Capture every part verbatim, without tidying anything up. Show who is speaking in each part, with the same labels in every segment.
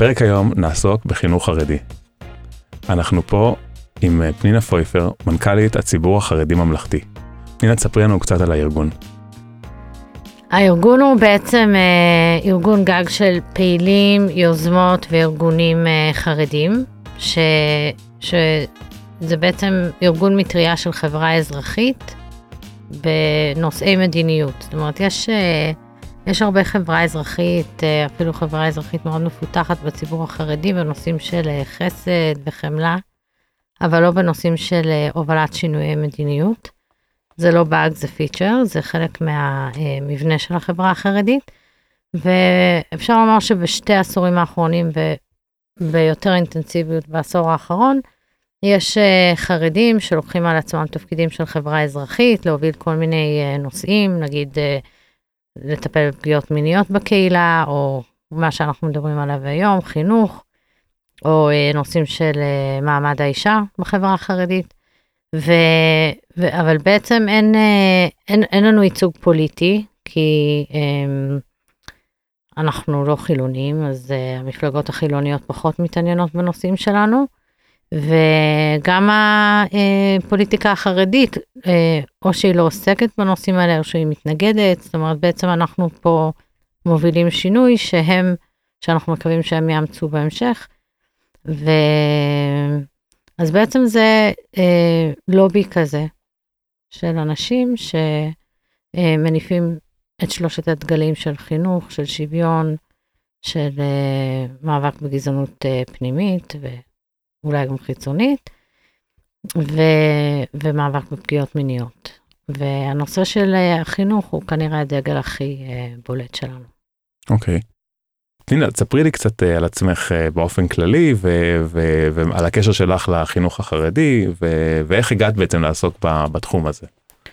Speaker 1: בפרק היום נעסוק בחינוך חרדי. אנחנו פה עם פנינה פויפר, מנכ"לית הציבור החרדי ממלכתי. פנינה, תספרי לנו קצת על הארגון.
Speaker 2: הארגון הוא בעצם אה, ארגון גג של פעילים, יוזמות וארגונים אה, חרדים, ש, שזה בעצם ארגון מטריה של חברה אזרחית בנושאי מדיניות. זאת אומרת, יש, אה, יש הרבה חברה אזרחית, אה, אפילו חברה אזרחית מאוד מפותחת בציבור החרדי, בנושאים של אה, חסד וחמלה, אבל לא בנושאים של אה, הובלת שינויי מדיניות. זה לא באג, זה פיצ'ר, זה חלק מהמבנה של החברה החרדית, ואפשר לומר שבשתי העשורים האחרונים, וביותר אינטנסיביות בעשור האחרון, יש חרדים שלוקחים על עצמם תפקידים של חברה אזרחית, להוביל כל מיני נושאים, נגיד לטפל בפגיעות מיניות בקהילה, או מה שאנחנו מדברים עליו היום, חינוך, או נושאים של מעמד האישה בחברה החרדית, ו, ו, אבל בעצם אין, אין, אין לנו ייצוג פוליטי, כי הם, אנחנו לא חילונים, אז uh, המפלגות החילוניות פחות מתעניינות בנושאים שלנו, וגם הפוליטיקה החרדית, uh, או שהיא לא עוסקת בנושאים האלה, או שהיא מתנגדת, זאת אומרת, בעצם אנחנו פה מובילים שינוי שהם, שאנחנו מקווים שהם יאמצו בהמשך, ו... אז בעצם זה אה, לובי כזה של אנשים שמניפים את שלושת הדגלים של חינוך, של שוויון, של אה, מאבק בגזענות אה, פנימית ואולי גם חיצונית, ו, ומאבק בפגיעות מיניות. והנושא של אה, החינוך הוא כנראה הדגל הכי אה, בולט שלנו.
Speaker 1: אוקיי. Okay. פנינה, תספרי לי קצת על עצמך באופן כללי, ו- ו- ועל הקשר שלך לחינוך החרדי, ו- ואיך הגעת בעצם לעסוק בתחום הזה.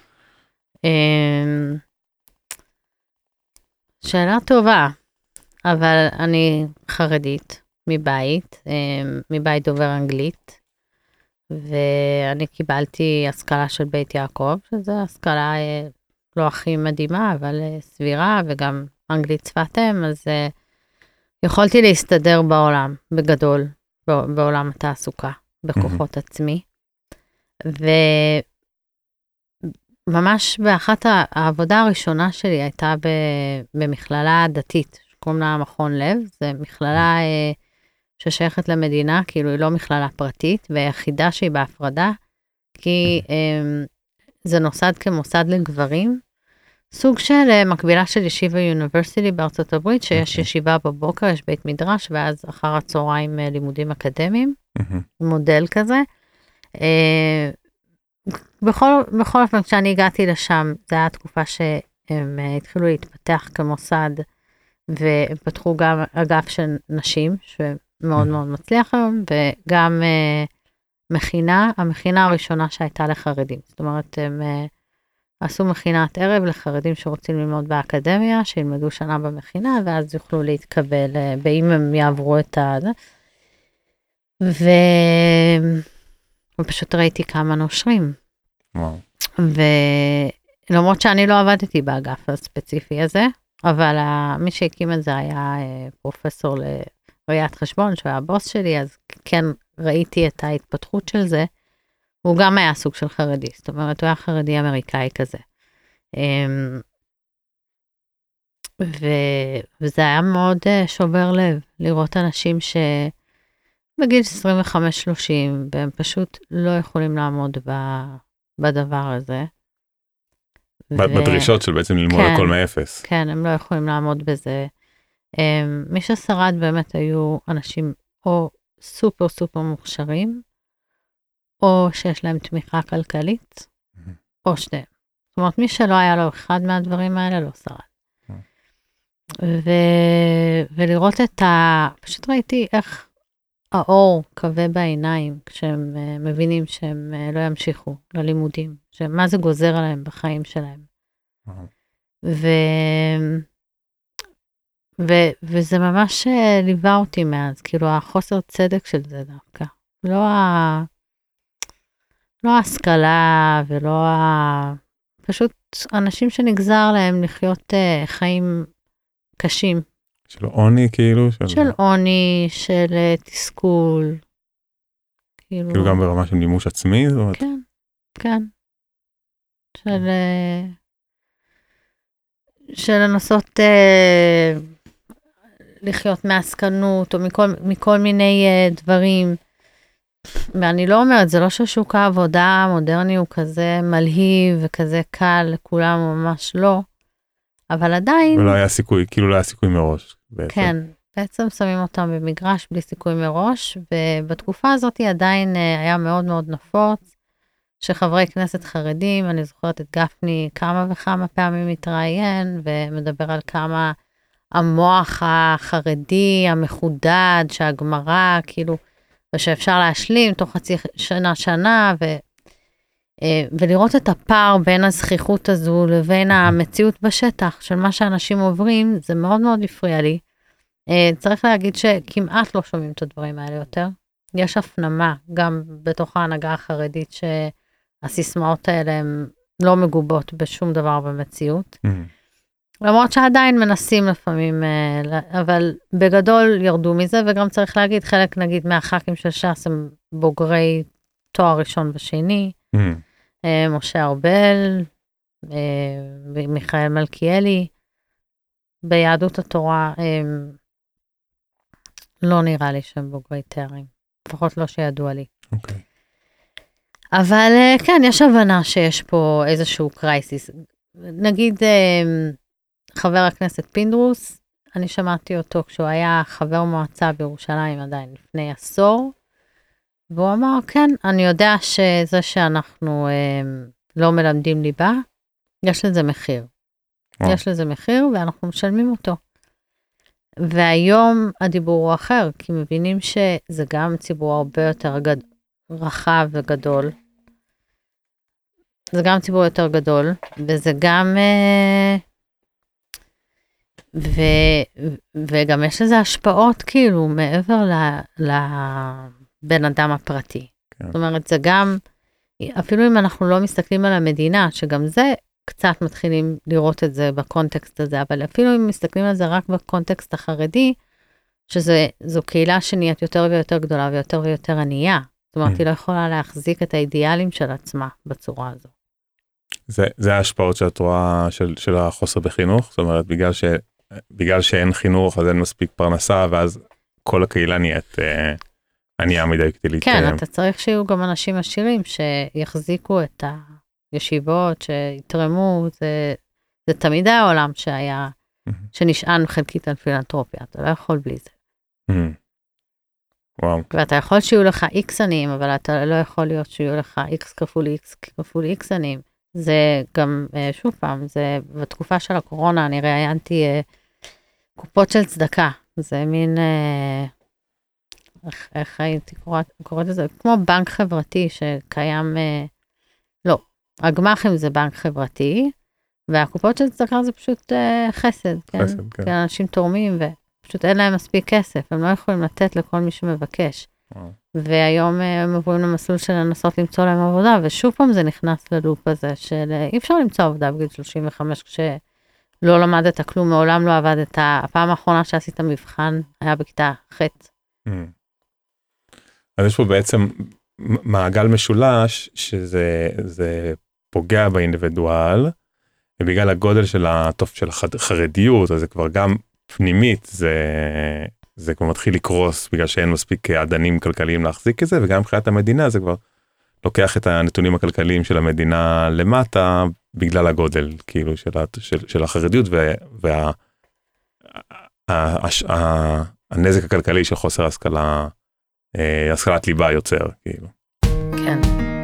Speaker 2: שאלה טובה, אבל אני חרדית מבית, מבית דובר אנגלית, ואני קיבלתי השכלה של בית יעקב, שזו השכלה לא הכי מדהימה, אבל סבירה, וגם אנגלית שפת אם, אז יכולתי להסתדר בעולם, בגדול, בעולם התעסוקה, בכוחות עצמי. וממש באחת העבודה הראשונה שלי הייתה במכללה דתית, שקוראים לה מכון לב, זה מכללה ששייכת למדינה, כאילו היא לא מכללה פרטית, והיחידה שהיא בהפרדה, כי זה נוסד כמוסד לגברים, סוג של מקבילה של ישיבה יוניברסיטי בארצות הברית, שיש okay. ישיבה בבוקר, יש בית מדרש, ואז אחר הצהריים לימודים אקדמיים, mm-hmm. מודל כזה. בכל, בכל אופן, כשאני הגעתי לשם, זו הייתה תקופה שהם התחילו להתפתח כמוסד, והם פתחו גם אגף של נשים, שמאוד mm-hmm. מאוד מצליח היום, וגם מכינה, המכינה הראשונה שהייתה לחרדים. זאת אומרת, הם עשו מכינת ערב לחרדים שרוצים ללמוד באקדמיה, שילמדו שנה במכינה, ואז יוכלו להתקבל, באם הם יעברו את ה... ו... ופשוט ראיתי כמה נושרים.
Speaker 1: וואו.
Speaker 2: ולמרות שאני לא עבדתי באגף הספציפי הזה, אבל מי שהקים את זה היה פרופסור לראיית חשבון, שהוא היה הבוס שלי, אז כן ראיתי את ההתפתחות של זה, הוא גם היה סוג של חרדי, זאת אומרת, הוא היה חרדי אמריקאי כזה. ו... וזה היה מאוד שובר לב, לראות אנשים שבגיל עשרים וחמש שלושים, והם פשוט לא יכולים לעמוד ב... בדבר הזה.
Speaker 1: בדרישות ו... של בעצם ללמוד
Speaker 2: כן,
Speaker 1: הכל מאפס.
Speaker 2: כן, הם לא יכולים לעמוד בזה. מי ששרד באמת היו אנשים או סופר סופר מוכשרים, או שיש להם תמיכה כלכלית, mm-hmm. או שניהם. זאת אומרת, מי שלא היה לו אחד מהדברים האלה, לא שרד. Mm-hmm. ו- ולראות את ה... פשוט ראיתי איך האור קווה בעיניים, כשהם uh, מבינים שהם uh, לא ימשיכו ללימודים, שמה זה גוזר עליהם בחיים שלהם. Mm-hmm. ו- ו- וזה ממש uh, ליווה אותי מאז, כאילו החוסר צדק של זה דווקא. לא ה... לא ההשכלה ולא ה... פשוט אנשים שנגזר להם לחיות uh, חיים קשים.
Speaker 1: של עוני כאילו? של,
Speaker 2: של עוני, של תסכול. כאילו,
Speaker 1: כאילו גם ברמה של מימוש עצמי? זאת...
Speaker 2: כן, כן. של, של לנסות אה, לחיות מעסקנות, או מכל, מכל מיני אה, דברים. ואני לא אומרת, זה לא ששוק העבודה המודרני הוא כזה מלהיב וכזה קל לכולם, ממש לא. אבל עדיין...
Speaker 1: ולא היה סיכוי, כאילו לא היה סיכוי מראש. בעצם.
Speaker 2: כן, בעצם שמים אותם במגרש בלי סיכוי מראש, ובתקופה הזאת עדיין היה מאוד מאוד נפוץ, שחברי כנסת חרדים, אני זוכרת את גפני כמה וכמה פעמים מתראיין, ומדבר על כמה המוח החרדי, המחודד, שהגמרא, כאילו, ושאפשר להשלים תוך חצי שנה, שנה, ו, ולראות את הפער בין הזכיחות הזו לבין המציאות בשטח של מה שאנשים עוברים, זה מאוד מאוד הפריע לי. צריך להגיד שכמעט לא שומעים את הדברים האלה יותר. יש הפנמה גם בתוך ההנהגה החרדית שהסיסמאות האלה הן לא מגובות בשום דבר במציאות. למרות שעדיין מנסים לפעמים, אבל בגדול ירדו מזה, וגם צריך להגיד, חלק נגיד מהח"כים של ש"ס הם בוגרי תואר ראשון ושני, משה ארבל, מיכאל מלכיאלי, ביהדות התורה, לא נראה לי שהם בוגרי תארים, לפחות לא שידוע לי.
Speaker 1: אוקיי.
Speaker 2: אבל כן, יש הבנה שיש פה איזשהו קרייסיס. נגיד, חבר הכנסת פינדרוס, אני שמעתי אותו כשהוא היה חבר מועצה בירושלים עדיין לפני עשור, והוא אמר, כן, אני יודע שזה שאנחנו אה, לא מלמדים ליבה, יש לזה מחיר. אה. יש לזה מחיר ואנחנו משלמים אותו. והיום הדיבור הוא אחר, כי מבינים שזה גם ציבור הרבה יותר גד... רחב וגדול. זה גם ציבור יותר גדול, וזה גם... אה, ו, וגם יש לזה השפעות כאילו מעבר לבן אדם הפרטי. כן. זאת אומרת, זה גם, אפילו אם אנחנו לא מסתכלים על המדינה, שגם זה קצת מתחילים לראות את זה בקונטקסט הזה, אבל אפילו אם מסתכלים על זה רק בקונטקסט החרדי, שזו קהילה שנהיית יותר ויותר גדולה ויותר ויותר ענייה. זאת אומרת, היא לא יכולה להחזיק את האידיאלים של עצמה בצורה הזו. זה,
Speaker 1: זה ההשפעות שאת רואה של, של החוסר בחינוך? זאת אומרת, בגלל ש... בגלל שאין חינוך, אז אין מספיק פרנסה, ואז כל הקהילה נהיית אה, ענייה מדי כדי להתקיים.
Speaker 2: כן, אתה צריך שיהיו גם אנשים עשירים שיחזיקו את הישיבות, שיתרמו, זה, זה תמיד היה העולם שהיה, mm-hmm. שנשען חלקית על פילנטרופיה, אתה לא יכול בלי זה.
Speaker 1: Mm-hmm. וואו.
Speaker 2: ואתה יכול שיהיו לך איקס עניים, אבל אתה לא יכול להיות שיהיו לך איקס כפול איקס כפול איקס עניים. זה גם, שוב פעם, זה בתקופה של הקורונה, אני ראיינתי קופות של צדקה, זה מין, איך, איך הייתי קוראת, קוראת לזה, כמו בנק חברתי שקיים, לא, הגמחים זה בנק חברתי, והקופות של צדקה זה פשוט חסד, כן?
Speaker 1: חסד, כן.
Speaker 2: כן, אנשים תורמים ופשוט אין להם מספיק כסף, הם לא יכולים לתת לכל מי שמבקש. וואו. והיום הם עוברים למסלול של לנסות למצוא להם עבודה, ושוב פעם זה נכנס ללופ הזה של אי אפשר למצוא עבודה בגיל שלושים וחמש, כשלא למדת כלום, מעולם לא עבדת. הפעם האחרונה שעשית מבחן היה בכיתה ח'.
Speaker 1: אז יש פה בעצם מעגל משולש, שזה זה פוגע באינדיבידואל, ובגלל הגודל של התוף של החרדיות, אז זה כבר גם פנימית, זה... זה כבר מתחיל לקרוס בגלל שאין מספיק עדנים כלכליים להחזיק את זה, וגם מבחינת המדינה זה כבר לוקח את הנתונים הכלכליים של המדינה למטה, בגלל הגודל, כאילו, של, של, של החרדיות, וה, והנזק הכלכלי של חוסר השכלה, השכלת ליבה יוצר, כאילו.
Speaker 2: כן.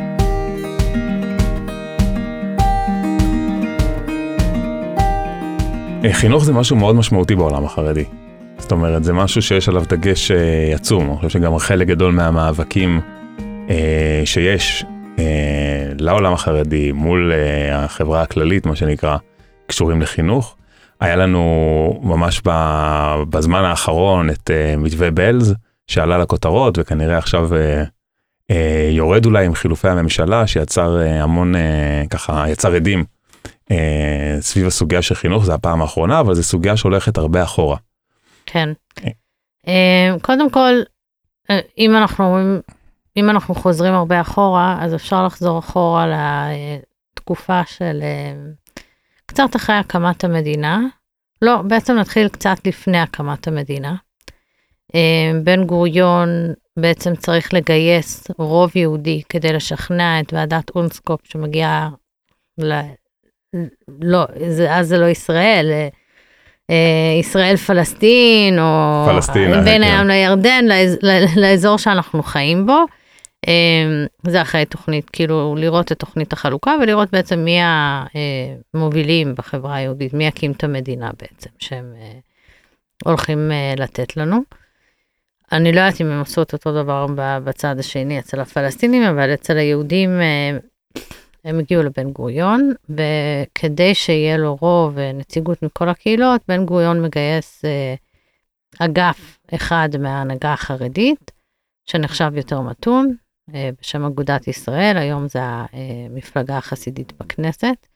Speaker 1: חינוך זה משהו מאוד משמעותי בעולם החרדי. זאת אומרת, זה משהו שיש עליו דגש עצום. אני חושב שגם חלק גדול מהמאבקים אה, שיש אה, לעולם החרדי מול אה, החברה הכללית, מה שנקרא, קשורים לחינוך. היה לנו ממש ב, בזמן האחרון את אה, מתווה בלז, שעלה לכותרות, וכנראה עכשיו אה, אה, יורד אולי עם חילופי הממשלה, שיצר אה, המון, אה, ככה, יצר עדים אה, סביב הסוגיה של חינוך, זה הפעם האחרונה, אבל זו סוגיה שהולכת הרבה אחורה.
Speaker 2: כן. אה, קודם כל, אה, אם אנחנו, אם אנחנו חוזרים הרבה אחורה, אז אפשר לחזור אחורה לתקופה של אה, קצת אחרי הקמת המדינה. לא, בעצם נתחיל קצת לפני הקמת המדינה. בן גוריון בעצם צריך לגייס רוב יהודי כדי לשכנע את ועדת אונסקופ שמגיעה, ל... לא, זה, אז זה לא ישראל, ישראל פלסטין, או
Speaker 1: פלסטין,
Speaker 2: בין הים לירדן, לאז... לאזור שאנחנו חיים בו. זה אחרי תוכנית, כאילו לראות את תוכנית החלוקה, ולראות בעצם מי המובילים בחברה היהודית, מי יקים את המדינה בעצם, שהם הולכים לתת לנו. אני לא יודעת אם הם עשו את אותו דבר בצד השני אצל הפלסטינים, אבל אצל היהודים הם הגיעו לבן גוריון, וכדי שיהיה לו רוב ונציגות מכל הקהילות, בן גוריון מגייס אגף אחד מההנהגה החרדית, שנחשב יותר מתון, בשם אגודת ישראל, היום זה המפלגה החסידית בכנסת,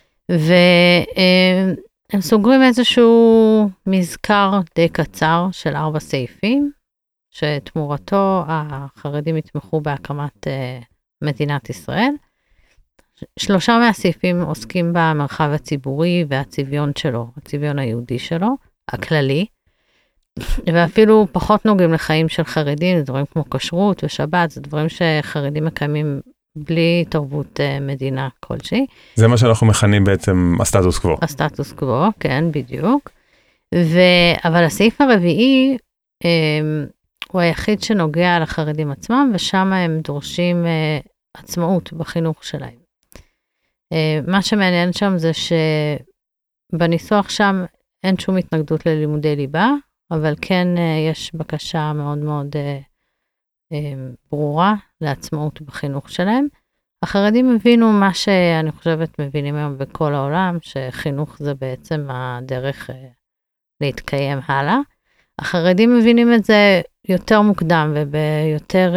Speaker 2: והם סוגרים איזשהו מזכר די קצר של ארבע סעיפים, שתמורתו החרדים יתמכו בהקמת מדינת ישראל. שלושה מהסעיפים עוסקים במרחב הציבורי והצביון שלו, הצביון היהודי שלו, הכללי, ואפילו פחות נוגעים לחיים של חרדים, זה דברים כמו כשרות ושבת, זה דברים שחרדים מקיימים בלי תרבות מדינה כלשהי.
Speaker 1: זה מה שאנחנו מכנים בעצם הסטטוס קוו.
Speaker 2: הסטטוס קוו, כן, בדיוק. ו... אבל הסעיף הרביעי, הוא היחיד שנוגע לחרדים עצמם, ושם הם דורשים עצמאות בחינוך שלהם. מה שמעניין שם זה שבניסוח שם אין שום התנגדות ללימודי ליבה, אבל כן יש בקשה מאוד מאוד ברורה לעצמאות בחינוך שלהם. החרדים הבינו מה שאני חושבת מבינים היום בכל העולם, שחינוך זה בעצם הדרך להתקיים הלאה. החרדים מבינים את זה יותר מוקדם וביותר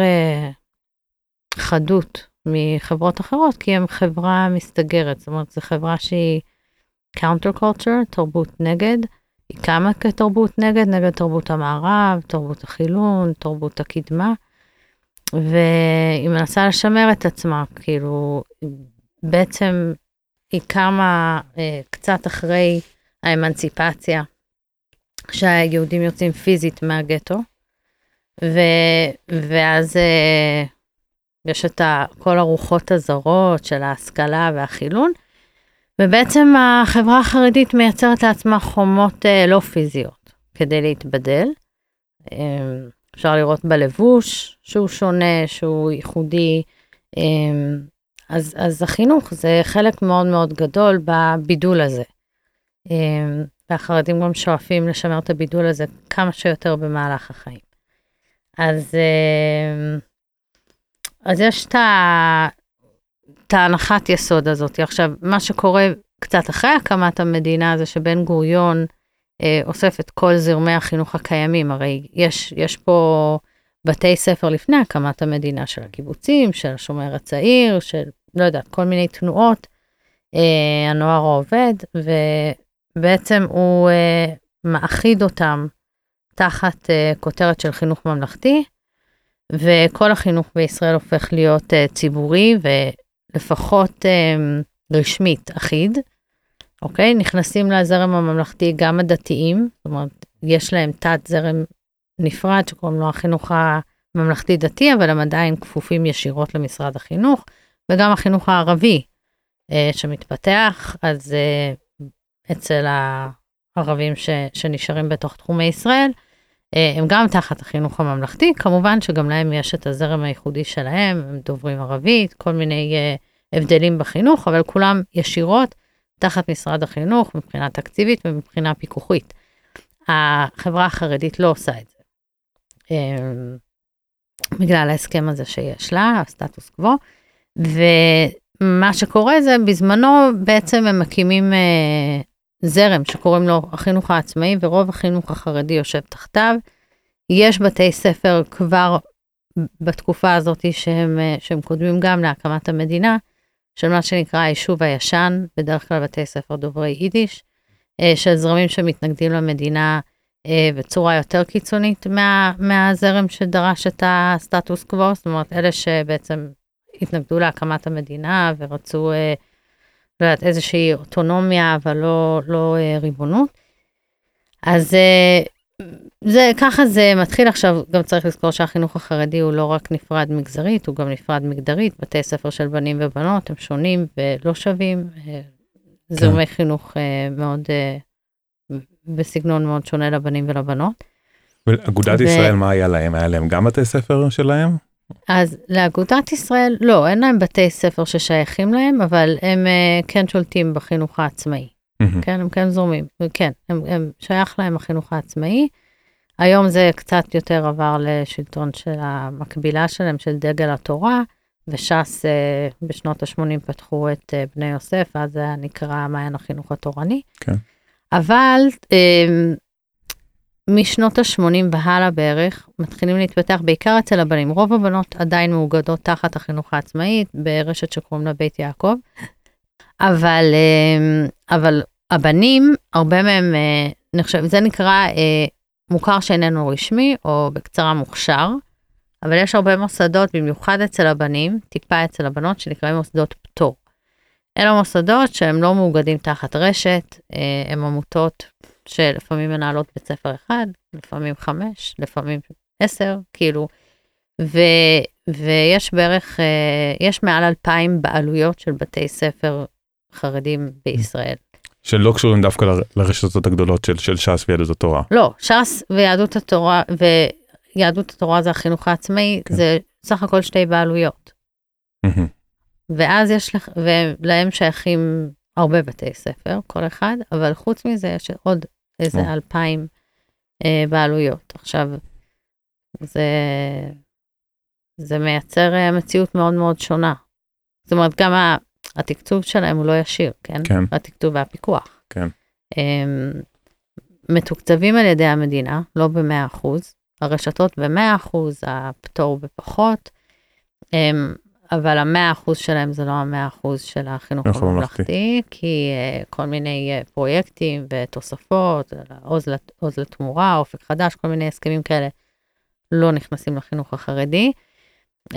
Speaker 2: חדות מחברות אחרות, כי הם חברה מסתגרת, זאת אומרת, זו חברה שהיא counter culture, תרבות נגד, היא קמה כתרבות נגד, נגד תרבות המערב, תרבות החילון, תרבות הקדמה, והיא מנסה לשמר את עצמה, כאילו, בעצם היא קמה אה, קצת אחרי האמנציפציה, שהיהודים יוצאים פיזית מהגטו, ו, ואז אה, יש את כל הרוחות הזרות של ההשכלה והחילון, ובעצם החברה החרדית מייצרת לעצמה חומות אה, לא פיזיות, כדי להתבדל. אה, אפשר לראות בלבוש שהוא שונה, שהוא ייחודי. אה, אז, אז החינוך זה חלק מאוד מאוד גדול בבידול הזה. אה, והחרדים גם שואפים לשמר את הבידול הזה כמה שיותר במהלך החיים. אז, אה, אז יש את ה... את ההנחת יסוד הזאת. עכשיו, מה שקורה קצת אחרי הקמת המדינה זה שבן גוריון אה, אוסף את כל זרמי החינוך הקיימים. הרי יש, יש פה בתי ספר לפני הקמת המדינה של הקיבוצים, של השומר הצעיר, של לא יודעת, כל מיני תנועות, אה, הנוער העובד, ובעצם הוא אה, מאחיד אותם תחת אה, כותרת של חינוך ממלכתי, וכל החינוך בישראל הופך להיות אה, ציבורי ו... לפחות אה, רשמית, אחיד, אוקיי? נכנסים לזרם הממלכתי גם הדתיים, זאת אומרת, יש להם תת זרם נפרד, שקוראים לו החינוך הממלכתי דתי, אבל הם עדיין כפופים ישירות למשרד החינוך, וגם החינוך הערבי אה, שמתפתח, אז אה, אצל הערבים ש, שנשארים בתוך תחומי ישראל, אה, הם גם תחת החינוך הממלכתי, כמובן שגם להם יש את הזרם הייחודי שלהם, הם דוברים ערבית, כל מיני אה, הבדלים בחינוך, אבל כולם ישירות תחת משרד החינוך, מבחינה תקציבית ומבחינה פיקוחית. החברה החרדית לא עושה את זה. אה, בגלל ההסכם הזה שיש לה, הסטטוס קוו, ומה שקורה זה, בזמנו בעצם הם מקימים אה, זרם שקוראים לו החינוך העצמאי, ורוב החינוך החרדי יושב תחתיו. יש בתי ספר כבר בתקופה הזאת שהם, שהם קודמים גם להקמת המדינה, של מה שנקרא היישוב הישן, בדרך כלל בתי ספר דוברי יידיש, של זרמים שמתנגדים למדינה, בצורה יותר קיצונית מה, מהזרם שדרש את הסטטוס קוו, זאת אומרת, אלה שבעצם התנגדו להקמת המדינה ורצו לא יודעת, איזושהי אוטונומיה, אבל לא, לא ריבונות. אז זה, ככה זה מתחיל עכשיו, גם צריך לזכור שהחינוך החרדי הוא לא רק נפרד מגזרית, הוא גם נפרד מגדרית, בתי ספר של בנים ובנות הם שונים ולא שווים, זרמי חינוך מאוד, בסגנון מאוד שונה לבנים ולבנות.
Speaker 1: ואגודת ישראל, מה היה להם? היה להם גם בתי ספר שלהם?
Speaker 2: אז לאגודת ישראל, לא, אין להם בתי ספר ששייכים להם, אבל הם כן שולטים בחינוך העצמאי. כן, הם כן זורמים, כן, הם, הם שייך להם החינוך העצמאי. היום זה קצת יותר עבר לשלטון של המקבילה שלהם, של דגל התורה, וש"ס בשנות ה-שמונים פתחו את בני יוסף, אז זה נקרא מעיין החינוך התורני.
Speaker 1: כן.
Speaker 2: אבל משנות ה-שמונים והלאה בערך, מתחילים להתפתח בעיקר אצל הבנים. רוב הבנות עדיין מאוגדות תחת החינוך העצמאי, ברשת שקוראים לה בית יעקב. אבל, אבל הבנים, הרבה מהם, נחשב, זה נקרא מוכר שאיננו רשמי, או בקצרה מוכשר, אבל יש הרבה מוסדות, במיוחד אצל הבנים, טיפה אצל הבנות, שנקראים מוסדות פטור. אלה מוסדות שהם לא מאוגדים תחת רשת, הם עמותות שלפעמים מנהלות בית ספר אחד, לפעמים חמש, לפעמים עשר, כאילו, ו, ויש בערך, יש מעל אלפיים בעלויות של בתי ספר חרדים בישראל.
Speaker 1: שלא קשורים דווקא לרשתות הגדולות של, של ש"ס ויהדות התורה.
Speaker 2: לא, ש"ס ויהדות התורה, ויהדות התורה זה החינוך העצמאי, כן. זה סך הכל שתי בעלויות. ואז יש לך, ולהם שייכים הרבה בתי ספר, כל אחד, אבל חוץ מזה יש עוד איזה אלפיים אה, בעלויות. עכשיו, זה, זה מייצר מציאות מאוד מאוד שונה. זאת אומרת, גם ה, התקצוב שלהם הוא לא ישיר, כן?
Speaker 1: כן.
Speaker 2: התקצוב והפיקוח.
Speaker 1: כן.
Speaker 2: הם, מתוקצבים על ידי המדינה, לא במאה אחוז, הרשתות במאה אחוז, הפטור בפחות, הם, אבל המאה אחוז שלהם זה לא המאה אחוז של החינוך הממלכתי, כי uh, כל מיני uh, פרויקטים ותוספות, עוז, לת, עוז לתמורה, אופק חדש, כל מיני הסכמים כאלה, לא נכנסים לחינוך החרדי. Um,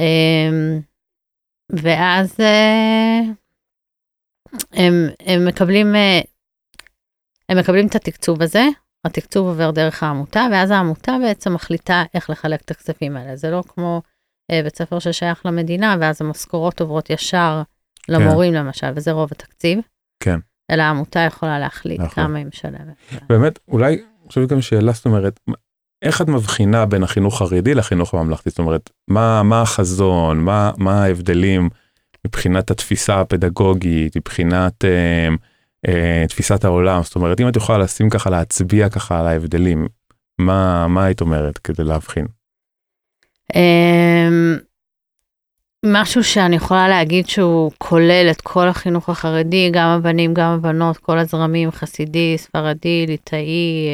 Speaker 2: ואז uh, הם, הם, מקבלים, uh, הם מקבלים את התקצוב הזה, התקצוב עובר דרך העמותה, ואז העמותה בעצם מחליטה איך לחלק את הכספים האלה. זה לא כמו בית ספר ששייך למדינה, ואז המשכורות עוברות ישר למורים כן. למשל, וזה רוב התקציב.
Speaker 1: כן.
Speaker 2: אלא העמותה יכולה להחליט נכון. כמה היא משלמת.
Speaker 1: באמת, אולי, חושב גם שאלה, זאת אומרת, איך את מבחינה בין החינוך החרדי לחינוך הממלכתי? זאת אומרת, מה, מה החזון, מה, מה ההבדלים מבחינת התפיסה הפדגוגית, מבחינת אה, אה, תפיסת העולם? זאת אומרת, אם את יכולה לשים ככה, להצביע ככה על ההבדלים, מה, מה היית אומרת כדי להבחין?
Speaker 2: משהו שאני יכולה להגיד שהוא כולל את כל החינוך החרדי, גם הבנים, גם הבנות, כל הזרמים, חסידי, ספרדי, ליטאי,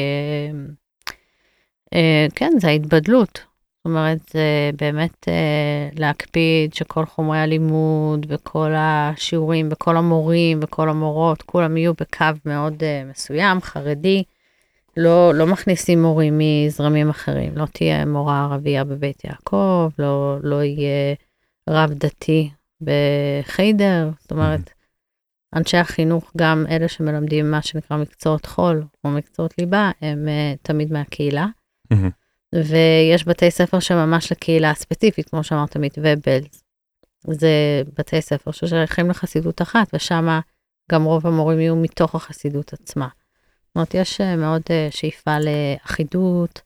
Speaker 2: כן, זה ההתבדלות. זאת אומרת, זה באמת להקפיד שכל חומרי הלימוד וכל השיעורים וכל המורים וכל המורות, כולם יהיו בקו מאוד מסוים, חרדי. לא, לא מכניסים מורים מזרמים אחרים, לא תהיה מורה ערבייה בבית יעקב, לא, לא יהיה רב דתי בחיידר, זאת אומרת, אנשי החינוך, גם אלה שמלמדים מה שנקרא מקצועות חול, או מקצועות ליבה, הם uh, תמיד מהקהילה, ויש בתי ספר שממש לקהילה הספציפית, כמו שאמרת, מתווה בלז, זה בתי ספר ששייכים לחסידות אחת, ושם גם רוב המורים יהיו מתוך החסידות עצמה. זאת אומרת, יש מאוד שאיפה לאחידות,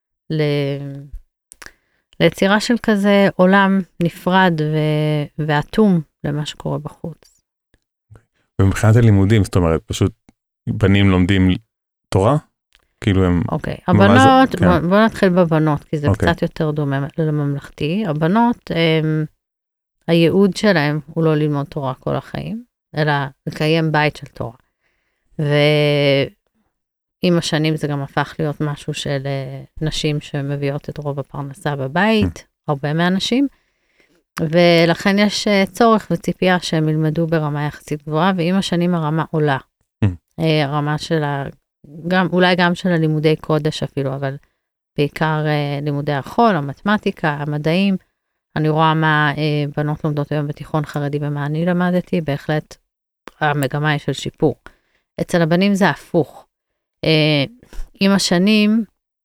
Speaker 2: ליצירה של כזה עולם נפרד ואטום למה שקורה בחוץ.
Speaker 1: ומבחינת הלימודים, זאת אומרת, פשוט בנים לומדים תורה? כאילו הם...
Speaker 2: אוקיי, הבנות, בואו נתחיל בבנות, כי זה קצת יותר דומה לממלכתי. הבנות, הייעוד שלהם הוא לא ללמוד תורה כל החיים, אלא לקיים בית של תורה. ו... עם השנים זה גם הפך להיות משהו של נשים שמביאות את רוב הפרנסה בבית, הרבה מהנשים, ולכן יש צורך וציפייה שהם ילמדו ברמה יחסית גבוהה, ועם השנים הרמה עולה. הרמה של גם, אולי גם של הלימודי קודש אפילו, אבל בעיקר לימודי החול, המתמטיקה, המדעים. אני רואה מה בנות לומדות היום בתיכון חרדי ומה אני למדתי, בהחלט המגמה היא של שיפור. אצל הבנים זה הפוך. עם השנים,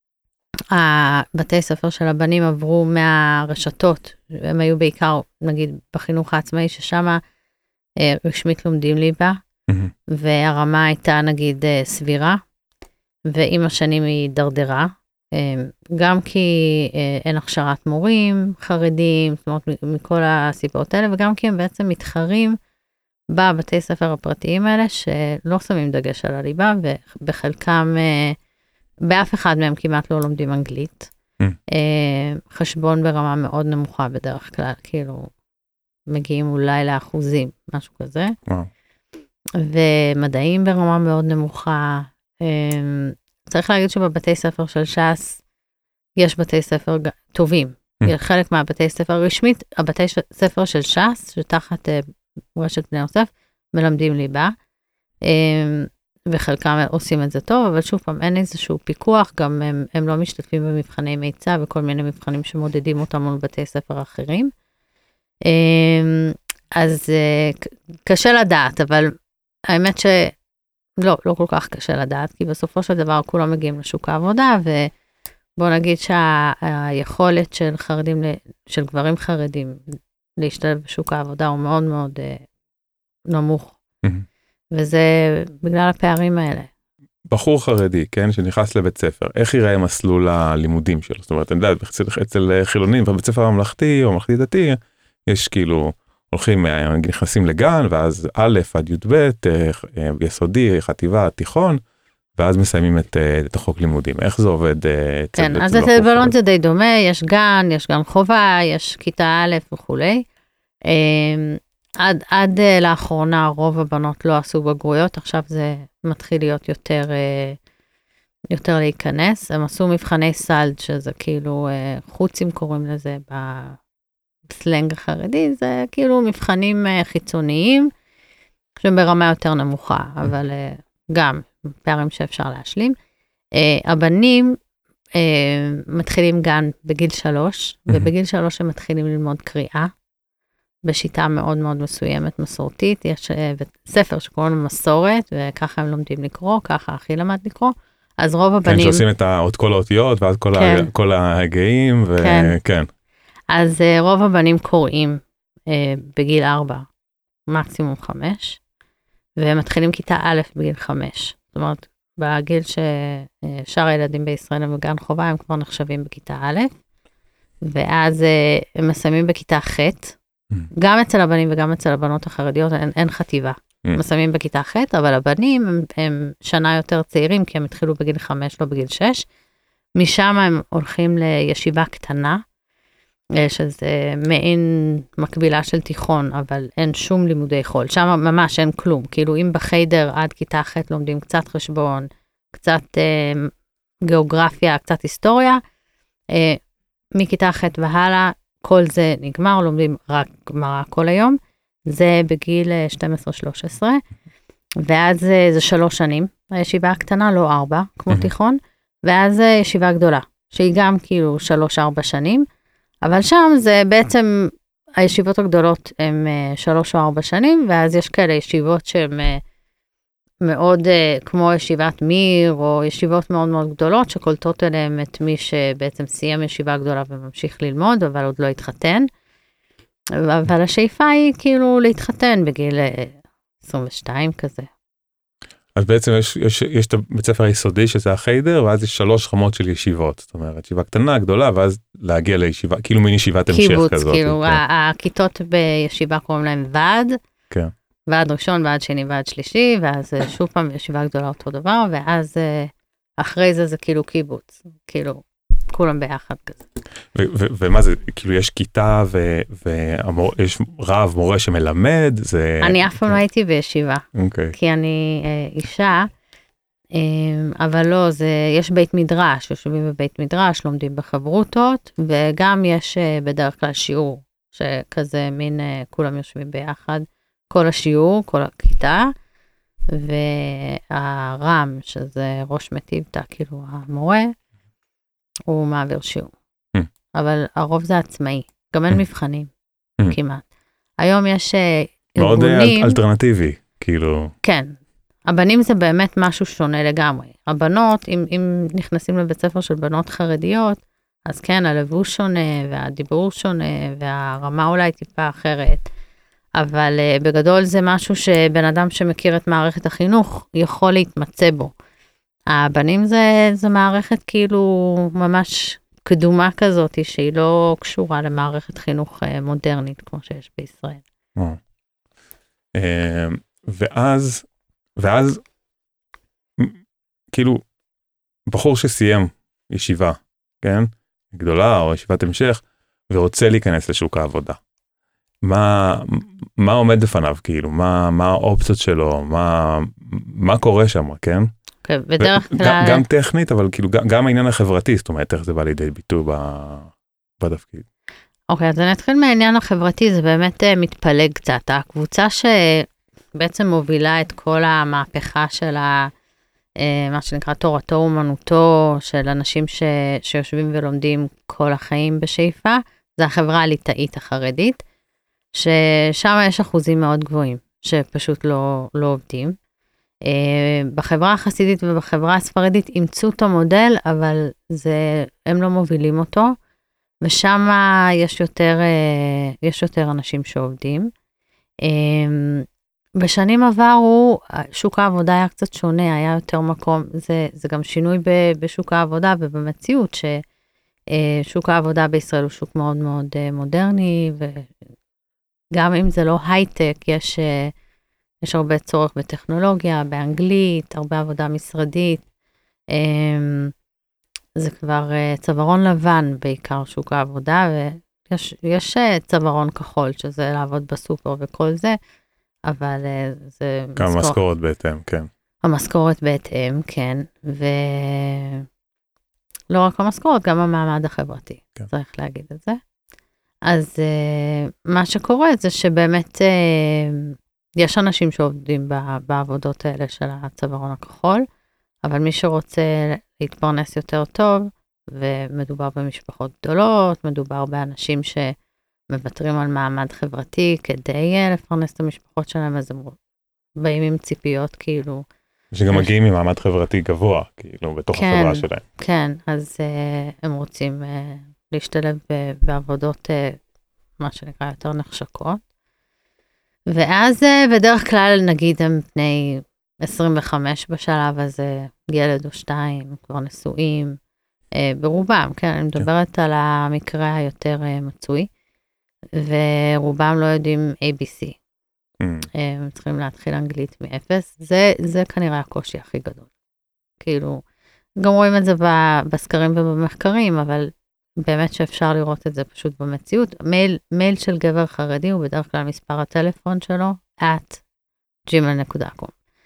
Speaker 2: הבתי ספר של הבנים עברו מהרשתות, הם היו בעיקר, נגיד, בחינוך העצמאי, ששם רשמית לומדים ליבה, והרמה הייתה, נגיד, סבירה, ועם השנים היא דרדרה, גם כי אין הכשרת מורים חרדים, זאת אומרת, מכל הסיבות האלה, וגם כי הם בעצם מתחרים בבתי ספר הפרטיים האלה, שלא שמים דגש על הליבה, ובחלקם, באף אחד מהם כמעט לא לומדים אנגלית. חשבון ברמה מאוד נמוכה בדרך כלל, כאילו, מגיעים אולי לאחוזים, משהו כזה. ומדעים ברמה מאוד נמוכה. צריך להגיד שבבתי ספר של ש"ס, יש בתי ספר טובים. חלק מהבתי ספר רשמית, הבתי ספר של ש"ס, שתחת רשת בני יוסף, מלמדים ליבה, וחלקם עושים את זה טוב, אבל שוב פעם, אין איזשהו פיקוח, גם הם, הם לא משתתפים במבחני מיצ"ב, וכל מיני מבחנים שמודדים אותם מול בתי ספר אחרים. אז קשה לדעת, אבל האמת שלא, לא כל כך קשה לדעת, כי בסופו של דבר כולם מגיעים לשוק העבודה, ובוא נגיד שהיכולת של חרדים, של גברים חרדים, להשתלב בשוק העבודה הוא מאוד מאוד נמוך. וזה בגלל הפערים האלה.
Speaker 1: בחור חרדי, כן, שנכנס לבית ספר, איך ייראה מסלול הלימודים שלו? זאת אומרת, אני יודע, אצל חילונים, בבית ספר הממלכתי או ממלכתי דתי, יש כאילו, הולכים, נכנסים לגן, ואז א' עד י"ב, יסודי, חטיבה, תיכון, ואז מסיימים את, את החוק לימודים. איך זה עובד?
Speaker 2: כן, אז אצל בנות זה די דומה, יש גן, יש גן חובה, יש כיתה א' וכולי. עד, עד לאחרונה רוב הבנות לא עשו בגרויות, עכשיו זה מתחיל להיות יותר, יותר להיכנס. הם עשו מבחני סלד, שזה כאילו חוצים קוראים לזה בסלנג החרדי, זה כאילו מבחנים חיצוניים, שהם ברמה יותר נמוכה, אבל גם פערים שאפשר להשלים. הבנים מתחילים גן בגיל שלוש, ובגיל שלוש הם מתחילים ללמוד קריאה, בשיטה מאוד מאוד מסוימת, מסורתית. יש ספר שקוראים לו מסורת, וככה הם לומדים לקרוא, ככה אחי למד לקרוא. אז רוב הבנים...
Speaker 1: כן, שעושים את כל האותיות, ואז כל, כן. ה... כל ההגאים, ו... כן. כן.
Speaker 2: אז רוב הבנים קוראים אה, בגיל ארבע, מקסימום חמש, והם מתחילים כיתה א' בגיל חמש. זאת אומרת, בגיל ששאר הילדים בישראל הם בגן חובה, הם כבר נחשבים בכיתה א', ואז אה, הם מסיימים בכיתה ח', גם אצל הבנים וגם אצל הבנות החרדיות אין, אין חטיבה. Mm. מסיימים בכיתה ח', אבל הבנים הם, הם שנה יותר צעירים, כי הם התחילו בגיל חמש, לא בגיל שש. משם הם הולכים לישיבה קטנה, שזה מעין מקבילה של תיכון, אבל אין שום לימודי חול. שם ממש אין כלום. כאילו אם בחיידר עד כיתה ח' לומדים קצת חשבון, קצת אה, גיאוגרפיה, קצת היסטוריה, אה, מכיתה ח' והלאה, כל זה נגמר, לומדים רק גמרא כל היום, זה בגיל שתים עשרה שלוש עשרה, ואז זה שלוש שנים, הישיבה הקטנה, לא ארבע, כמו תיכון, ואז ישיבה גדולה, שהיא גם כאילו שלוש ארבע שנים, אבל שם זה בעצם, הישיבות הגדולות הן שלוש או ארבע שנים, ואז יש כאלה ישיבות שהן מאוד כמו ישיבת מיר, או ישיבות מאוד מאוד גדולות, שקולטות אליהם את מי שבעצם סיים ישיבה גדולה וממשיך ללמוד, אבל עוד לא התחתן. אבל השאיפה היא כאילו להתחתן בגיל עשרים ושתיים כזה.
Speaker 1: אז בעצם יש, יש, יש את הבית ספר היסודי שזה החיידר, ואז יש שלוש רמות של ישיבות. זאת אומרת, ישיבה קטנה, גדולה, ואז להגיע לישיבה, כאילו מין ישיבת המשך כזאת.
Speaker 2: קיבוץ, כאילו, כן. הכיתות בישיבה קוראים להם ועד.
Speaker 1: כן.
Speaker 2: ועד ראשון, ועד שני, ועד שלישי, ואז שוב פעם ישיבה גדולה אותו דבר, ואז אחרי זה זה כאילו קיבוץ, כאילו כולם ביחד כזה.
Speaker 1: ומה זה, כאילו יש כיתה ויש רב, מורה שמלמד, זה...
Speaker 2: אני אף פעם לא הייתי בישיבה, כי אני אישה, אבל לא, יש בית מדרש, יושבים בבית מדרש, לומדים בחברותות, וגם יש בדרך כלל שיעור, שכזה מין כולם יושבים ביחד, כל השיעור, כל הכיתה, והרם, שזה ראש מטיבתא, כאילו המורה, הוא מעביר שיעור.
Speaker 1: Mm.
Speaker 2: אבל הרוב זה עצמאי, גם אין
Speaker 1: Mm.
Speaker 2: מבחנים,
Speaker 1: Mm.
Speaker 2: כמעט. היום יש אה,
Speaker 1: מאוד אה,
Speaker 2: ארגונים...
Speaker 1: אל- אלטרנטיבי, כאילו.
Speaker 2: כן. הבנים זה באמת משהו שונה לגמרי. הבנות, אם, אם נכנסים לבית ספר של בנות חרדיות, אז כן, הלבוש שונה, והדיבור שונה, והרמה אולי טיפה אחרת. אבל uh, בגדול זה משהו שבן אדם שמכיר את מערכת החינוך יכול להתמצא בו. הבנים זה, זה מערכת כאילו ממש קדומה כזאת, שהיא לא קשורה למערכת חינוך uh, מודרנית כמו שיש בישראל.
Speaker 1: וואו. אה, ואז, ואז, כאילו, בחור שסיים ישיבה, כן? גדולה או ישיבת המשך, ורוצה להיכנס לשוק העבודה. מה, מה עומד בפניו, כאילו? מה, מה האופציות שלו? מה, מה קורה שם, כן?
Speaker 2: Okay, בדרך כלל...
Speaker 1: גם, גם טכנית, אבל כאילו, גם, גם העניין החברתי, זאת אומרת, איך זה בא לידי ביטוי בתפקיד.
Speaker 2: אוקיי, אז אני אתחיל מהעניין החברתי, זה באמת uh, מתפלג קצת. הקבוצה שבעצם מובילה את כל המהפכה של ה, uh, מה שנקרא תורתו אומנותו, של אנשים ש, שיושבים ולומדים כל החיים בשאיפה, זה החברה הליטאית החרדית, ששם יש אחוזים מאוד גבוהים, שפשוט לא, לא עובדים. Uh, בחברה החסידית ובחברה הספרדית אימצו אותו מודל, אבל זה, הם לא מובילים אותו, ושם יש יותר, יש יותר אנשים שעובדים. בשנים עברו, שוק העבודה היה קצת שונה, היה יותר מקום, זה, זה גם שינוי בשוק העבודה ובמציאות, ששוק העבודה בישראל הוא שוק מאוד מאוד מודרני, וגם אם זה לא הייטק, יש, יש הרבה צורך בטכנולוגיה, באנגלית, הרבה עבודה משרדית, זה כבר uh, צווארון לבן בעיקר שוק העבודה, ויש יש, uh, צווארון כחול, שזה לעבוד בסופר וכל זה, אבל uh, זה...
Speaker 1: כמה
Speaker 2: משכור...
Speaker 1: משכורת בהתאם, כן.
Speaker 2: המשכורת בהתאם, כן, ולא רק המשכורת, גם המעמד החברתי, כן. צריך להגיד את זה. אז uh, מה שקורה זה שבאמת uh, יש אנשים שעובדים בעבודות האלה של הצווארון הכחול, אבל מי שרוצה להתפרנס יותר טוב, ומדובר במשפחות גדולות, מדובר באנשים שמוותרים על מעמד חברתי כדי לפרנס את המשפחות שלהם, אז הם באים עם ציפיות כאילו...
Speaker 1: שגם מגיעים ממעמד חברתי גבוה, כאילו, בתוך
Speaker 2: כן,
Speaker 1: החברה שלהם.
Speaker 2: כן, אז uh, הם רוצים uh, להשתלב בעבודות, uh, מה שנקרא, יותר נחשקות. ואז uh, בדרך כלל, נגיד, הם בני עשרים וחמש בשלב הזה, ילד או שתיים, כבר נשואים, אה, ברובם, כן, אני מדברת על המקרה היותר אה, מצוי, ורובם לא יודעים איי בי סי. Mm. הם צריכים להתחיל אנגלית מאפס, זה, זה כנראה הקושי הכי גדול. כאילו, גם רואים את זה בסקרים ובמחקרים, אבל באמת שאפשר לראות את זה פשוט במציאות. מייל, מייל של גבר חרדי הוא בדרך כלל מספר הטלפון שלו, at ג'ימייל נקודה קום.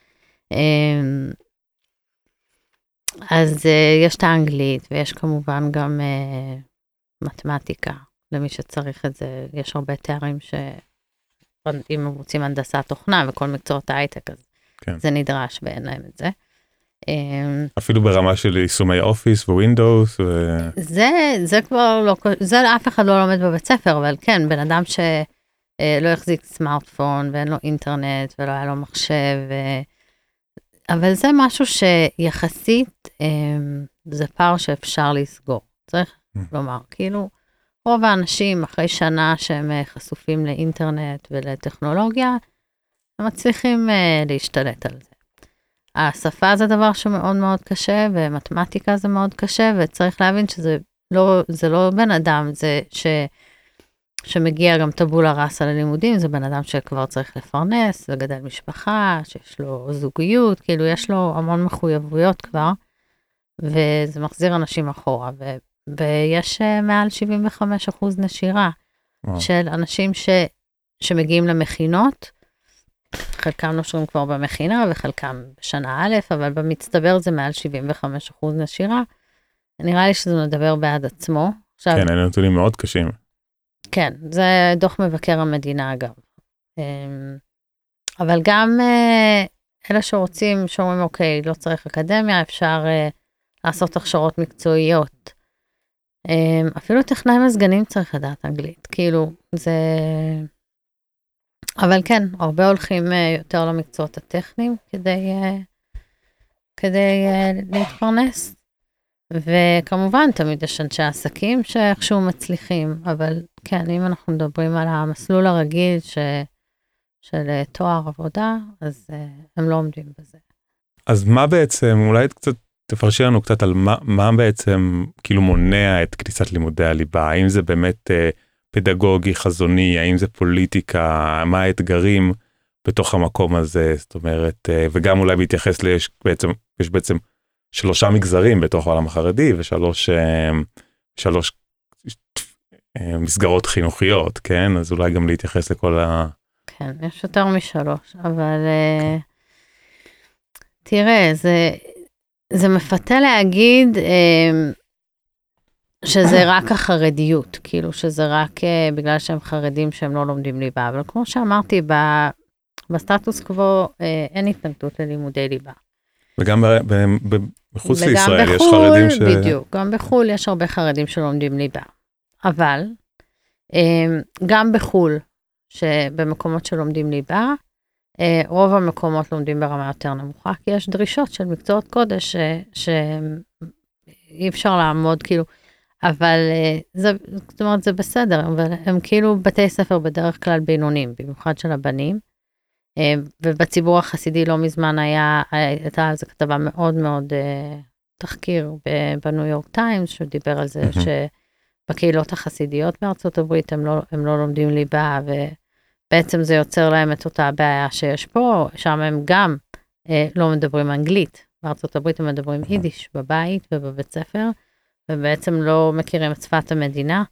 Speaker 2: אז uh, יש את האנגלית, ויש כמובן גם uh, מתמטיקה, למי שצריך את זה. יש הרבה תארים שאם רוצים הנדסת תוכנה וכל מקצועות ההייטק, אז כן. זה נדרש ואין להם את זה.
Speaker 1: אפילו ברמה של יישומי אופיס ווינדוס. ו...
Speaker 2: זה, זה כבר לא, זה אף אחד לא לומד בבית ספר, אבל כן, בן אדם שלא החזיק סמארטפון ואין לו אינטרנט ולא היה לו מחשב, ו... אבל זה משהו שיחסית, זה פער שאפשר לסגור. צריך לומר, כאילו, רוב האנשים אחרי שנה שהם חשופים לאינטרנט ולטכנולוגיה, הם מצליחים להשתלט על זה. השפה זה דבר שמאוד מאוד קשה, ומתמטיקה זה מאוד קשה, וצריך להבין שזה לא, זה לא בן אדם, זה ש, שמגיע גם טבולה ראסה ללימודים, זה בן אדם שכבר צריך לפרנס, לגדל משפחה, שיש לו זוגיות, כאילו יש לו המון מחויבויות כבר, וזה מחזיר אנשים אחורה, ו, ויש מעל שבעים וחמישה אחוז נשירה, וואו. של אנשים ש, שמגיעים למכינות, חלקם נושרים כבר במכינה, וחלקם בשנה א', אבל במצטבר זה מעל שבעים וחמישה אחוז נשירה. נראה לי שזה מדבר בעד עצמו. עכשיו,
Speaker 1: כן, אלה נתונים מאוד קשים.
Speaker 2: כן, זה דוח מבקר המדינה אגב. אבל גם אלה שרוצים, שאומרים, אוקיי, לא צריך אקדמיה, אפשר uh, לעשות הכשרות מקצועיות. Um, אפילו טכנאי מזגנים צריך לדעת אנגלית, כאילו, זה... אבל כן, הרבה הולכים uh, יותר למקצועות הטכניים, כדי, uh, כדי uh, להתפרנס. וכמובן, תמיד יש אנשי עסקים שאיכשהו מצליחים, אבל כן, אם אנחנו מדברים על המסלול הרגיל ש... של תואר עבודה, אז uh, הם לא עומדים בזה.
Speaker 1: אז מה בעצם, אולי קצת תפרשי לנו קצת על מה, מה בעצם כאילו מונע את כניסת לימודי הליבה, האם זה באמת uh, פדגוגי, חזוני, האם זה פוליטיקה, מה האתגרים בתוך המקום הזה, זאת אומרת, uh, וגם אולי בהתייחס ליש בעצם, יש בעצם שלושה מגזרים בתוך העולם החרדי, ושלוש uh, שלוש, uh, מסגרות חינוכיות, כן? אז אולי גם להתייחס לכל ה...
Speaker 2: כן, יש יותר משלוש, אבל uh, תראה, זה, זה מפתה להגיד uh, שזה רק החרדיות, כאילו שזה רק uh, בגלל שהם חרדים שהם לא לומדים ליבה, אבל כמו שאמרתי, ב, בסטטוס קוו uh, אין התנגדות ללימודי ליבה.
Speaker 1: וגם ב, ב, ב, מחוץ לישראל
Speaker 2: בחול,
Speaker 1: יש חרדים ש...
Speaker 2: בדיוק, גם בחול יש הרבה חרדים שלומדים ליבה, אבל uh, גם בחול, שבמקומות שלומדים ליבה, רוב המקומות לומדים ברמה יותר נמוכה, כי יש דרישות של מקצועות קודש שאי אפשר לעמוד, כאילו, אבל זה, זאת אומרת, זה בסדר, אבל הם כאילו בתי ספר בדרך כלל בינונים, במיוחד של הבנים, ובציבור החסידי לא מזמן היה, הייתה על זה כתבה מאוד מאוד תחקיר בניו יורק טיימס, שדיבר על זה שבקהילות החסידיות בארצות הברית הם לא, הם לא לומדים ליבה, ו... בעצם זה יוצר להם את אותה הבעיה שיש פה, שם הם גם אה, לא מדברים אנגלית. בארצות הברית הם מדברים יידיש בבית ובבית ספר, ובעצם לא מכירים את שפת המדינה.